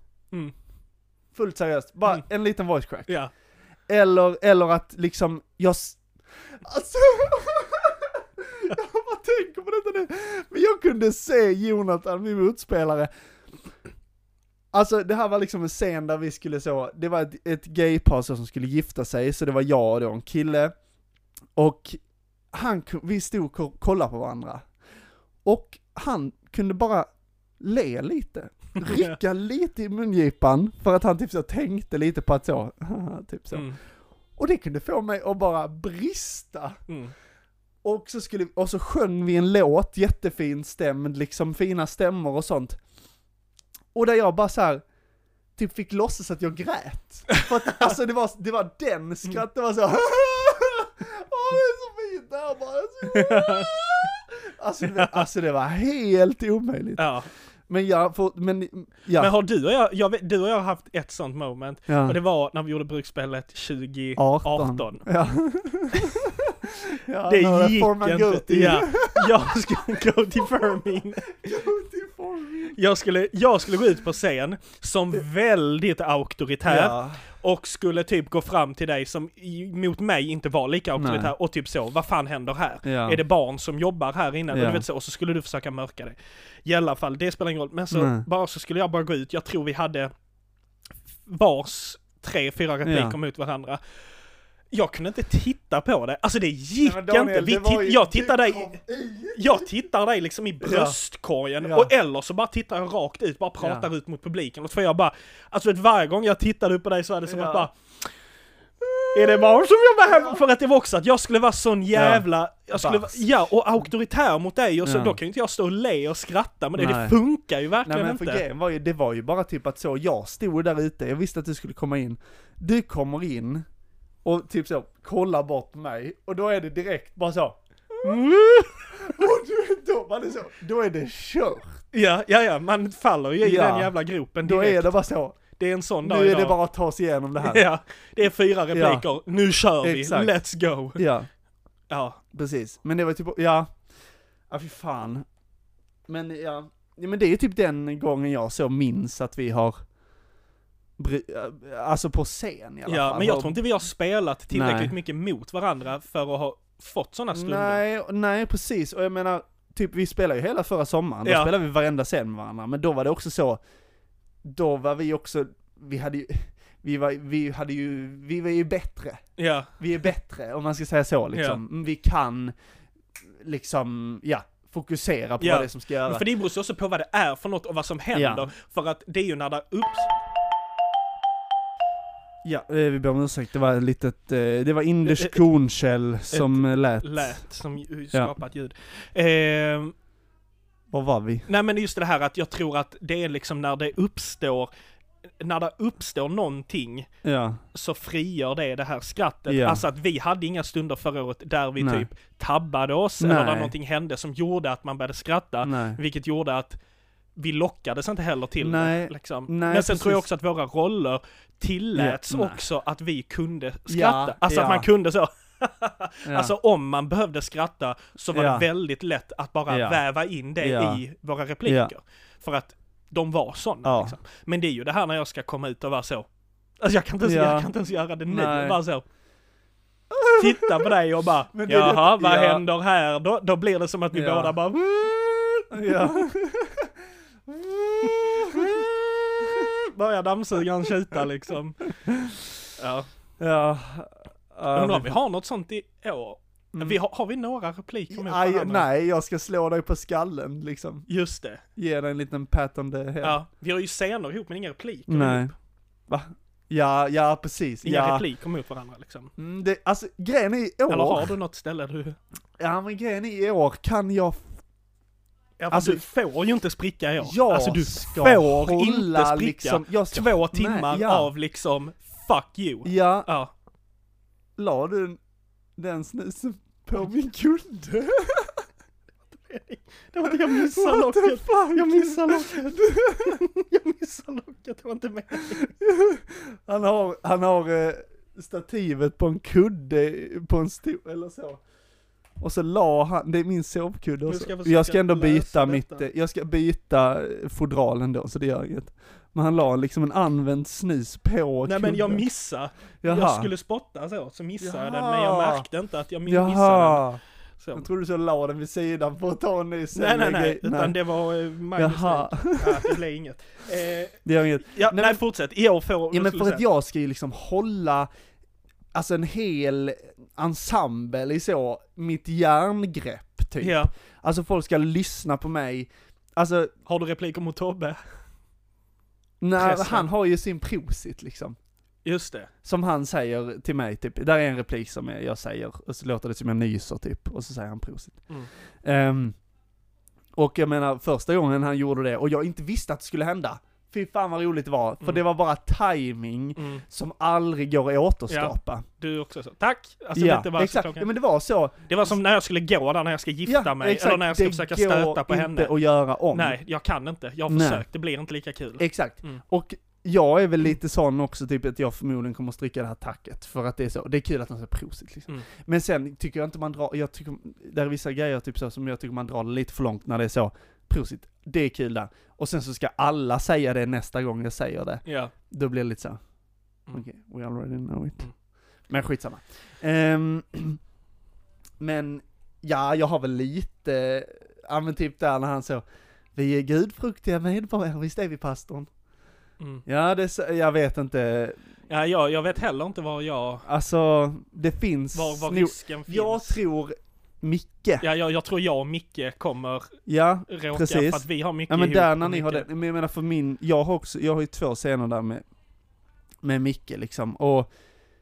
fullt seriöst, bara en liten voice crack. Eller att liksom, alltså... Jag bara tänker på detta nu. Men jag kunde se Jonathan, min motspelare. Alltså det här var liksom en scen där vi skulle så. Det var ett gaypar som skulle gifta sig. Så det var jag och då en kille. Och vi stod och kollade på varandra. Och han kunde bara le lite. Rycka lite i mungipan. För att han typ så tänkte lite på att så. Typ så. Och det kunde få mig att bara brista. Och så sjöng vi en låt, jättefin stämd, liksom fina stämmor och sånt. Och där jag bara så här typ fick låtsas att jag grät. För att, alltså det var den skratt, det var så. Åh, det är så fint där bara. Alltså det var helt omöjligt. Ja. Men har du och jag har haft ett sånt moment. Och det var när vi gjorde bruksspelet 2018. Ja. Det gick inte. Jag skulle go till Fermin. Jag skulle gå ut på scen som väldigt auktoritär och skulle typ gå fram till dig som mot mig inte var lika auktoritär och typ så, vad fan händer här? Är det barn som jobbar här inne? Och, du vet så, och så skulle du försöka mörka det. I alla fall, det spelar ingen roll. Men så skulle jag bara gå ut. Jag tror vi hade vars 3-4 repliker mot varandra. Jag kunde inte titta på det. Alltså det gick Daniel, inte. Jag tittar dig liksom i bröstkorgen. Och eller så bara tittar jag rakt ut. Bara pratar ut mot publiken. Och så får jag bara... Alltså varje gång jag tittade upp på dig så är det som att bara... Är det barn som jobbar här? För att det var också att jag skulle vara sån jävla... Jag skulle och auktoritär mot dig. Och så då kan ju inte jag stå och le och skratta. Men det funkar ju verkligen inte. För det var ju bara typ att så... Jag stod där ute. Jag visste att du skulle komma in. Du kommer in... Och typ så, kolla bort mig. Och då är det direkt bara så. Och då är det kört. Ja, man faller ju i den jävla gropen direkt. Då är det bara så. Det är en sån dag Nu är idag. det bara att ta sig igenom det här. Ja, det är 4 repliker. Nu kör vi. Exakt. Let's go. Ja, precis. Men det var typ, ja fy fan. Men men det är typ den gången jag så minns att vi har... Alltså på scen i alla fall. Men jag tror inte vi har spelat tillräckligt mycket mot varandra för att ha fått sådana stunder. Nej, precis. Och jag menar, typ vi spelade ju hela förra sommaren. Då spelade vi varenda scen med varandra. Men då var det också så, då var vi också, vi var ju bättre. Ja. Vi är bättre, om man ska säga så liksom. Vi kan liksom, fokusera på vad det är som ska göra. Men för det beror också på vad det är för något och vad som händer. För att det är ju när det Ja, vi ber om ursäkt. Det var det var Inders Kornkäll som lät som skapat ljud. Var var vi? Nej, men just det här att jag tror att det är liksom när det uppstår någonting så frigör det här skrattet. Alltså att vi hade inga stunder förra året där vi typ tabbade oss eller där någonting hände som gjorde att man började skratta. Vilket gjorde att vi lockades inte heller till det. Liksom. Men sen tror jag också att våra roller tilläts också att vi kunde skratta. Alltså att man kunde så... Ja. Alltså om man behövde skratta så var det väldigt lätt att bara väva in det i våra repliker. För att de var sådana liksom. Men det är ju det här när jag ska komma ut och vara så. Alltså jag kan inte ens göra det nu. Bara så. Titta på dig och bara, jaha, vad händer här? Då blir det som att vi båda bara... Börjar dammsugaren tjuta liksom. Undrar om vi har något sånt i år. Har vi några repliker med varandra? Nej, jag ska slå dig på skallen liksom. Just det. Ge dig en liten pat on the head. Ja, vi har ju scener ihop men inga repliker. Nej. Va? Ja, precis. Inga repliker mot varandra liksom. Alltså, grejen är i år... Eller har du något ställe du... Ja, men grejen är i år kan jag... Alltså, du får ju inte spricka i år. Jag alltså du ska får inte spricka liksom, 2 timmar av liksom fuck you. Ja. La du den snusen på min kudde? Det var inte, jag missade locket. Jag missade locket, det var inte med. Han har stativet på en kudde på en stol eller så. Och så la han, det är min sovkudde och så. Jag ska ändå byta jag ska byta fodralen då, så det gör inget. Men han la liksom en använd snus på kudden. Nej men jag missade. Jag skulle spotta så missade jag den. Men jag märkte inte att jag missade den. Så. Jag trodde du så la den vid sidan för att ta en ny Nej, utan det var Magnus. Det blev inget. Det gör inget. Ja, nej, fortsätt. I år får... Ja, men för att jag ska ju liksom hålla... Alltså en hel ensemble i så, mitt järngrepp typ. Ja. Alltså folk ska lyssna på mig. Alltså... Har du repliker mot Tobbe? Nej, han har ju sin prosit liksom. Just det. Som han säger till mig typ. Där är en replik som jag säger och så låter det som jag nyser typ. Och så säger han prosit. Och jag menar, första gången han gjorde det och jag inte visste att det skulle hända. Fy fan vad roligt det var. För det var bara timing som aldrig går att återskapa. Ja, du också så. Tack! Alltså, det var exakt. Ja, men det var så. Det var som när jag skulle gå där, när jag ska gifta mig. Exakt. Eller när jag ska försöka stöta på henne. Det går inte att göra om. Nej, jag kan inte. Jag har försökt. Det blir inte lika kul. Exakt. Och jag är väl lite sån också, typ att jag förmodligen kommer att stryka det här tacket. För att det är så. Det är kul att man säger prosit liksom. Men sen tycker jag inte man drar, jag tycker, det är vissa grejer typ så som jag tycker man drar lite för långt när det är så. Prosit, det är kul där. Och sen så ska alla säga det nästa gång jag säger det. Ja. Då blir det lite så. Okej, we already know it. Men skitsamma. Men ja, jag har väl lite, men typ där när han så, vi är gudfruktiga medborgare, visst är vi pastorn? Ja, jag vet inte. Ja, jag vet heller inte var jag... Alltså, det finns... Var risken finns. Jag tror Micke. Ja, jag tror jag och Micke kommer råka, precis. För att vi har mycket. Ja, men där när ni har det, men jag menar för jag har ju 2 scener där med Micke liksom, och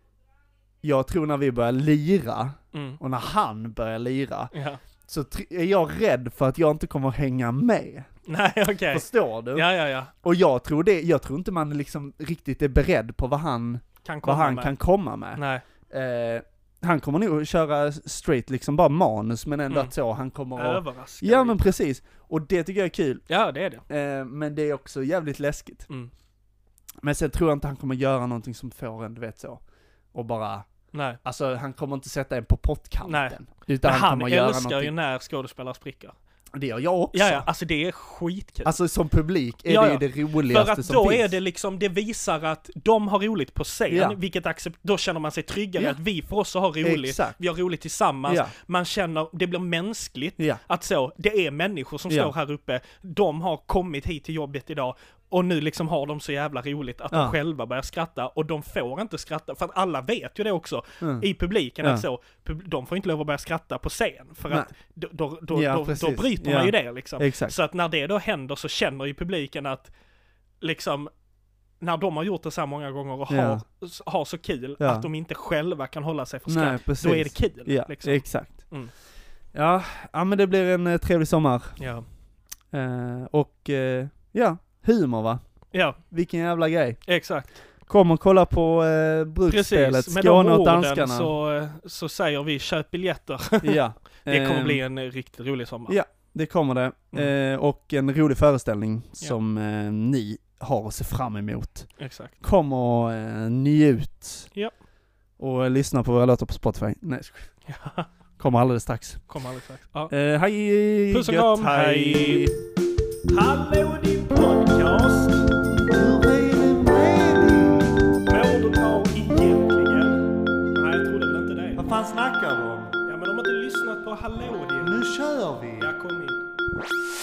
jag tror när vi börjar lira, och när han börjar lira, så är jag rädd för att jag inte kommer hänga med. Nej, okej. Förstår du? Ja. Och jag tror inte man liksom riktigt är beredd på vad han kan komma med. Nej. Han kommer nog köra straight liksom bara manus, men ändå att så han kommer överraska. Ja, men precis. Och det tycker jag är kul. Ja, det är det. Men det är också jävligt läskigt. Men sen tror jag inte han kommer göra någonting som får en, du vet så. Och bara... Nej. Alltså han kommer inte sätta en på pottkanten. Nej. Utan men han älskar ju när skådespelare spricker. Det gör jag också. Ja, alltså det är skitkul. Alltså som publik är det ju det roligaste som finns. För att då är det liksom, det visar att de har roligt på scen, vilket då känner man sig tryggare att vi får också ha roligt. Exakt. Vi har roligt tillsammans. Man känner, det blir mänskligt att så, det är människor som står här uppe, de har kommit hit till jobbet idag och nu liksom har de så jävla roligt att de själva börjar skratta, och de får inte skratta, för att alla vet ju det också i publiken, att så, de får inte lov att börja skratta på scen, för att då bryter man ju det liksom. Exakt. Så att när det då händer så känner ju publiken att liksom, när de har gjort det så här många gånger och har så kul att de inte själva kan hålla sig för skratt, då är det kul. Liksom. Exakt. Ja, men det blir en trevlig sommar. Ja. Och humor va? Ja. Vilken jävla grej. Exakt. Kom och kolla på bruksspelet Skåne och danskarna. Så säger vi, köp biljetter. Ja. Det kommer bli en riktigt rolig sommar. Ja, det kommer det. Och en rolig föreställning som ni har att se fram emot. Exakt. Kom och njut. Ja. Och lyssna på våra låtar på Spotify. Nej, kommer alldeles strax. Ja. Hej. Puss och kram. Hej. Hallå din podcast. Hur är det med dig? Mår du bra egentligen? Nej, jag trodde väl inte det. Vad fan snackar du om? Ja, men de har inte lyssnat på Hallå din. Nu kör vi. Ja, kom in.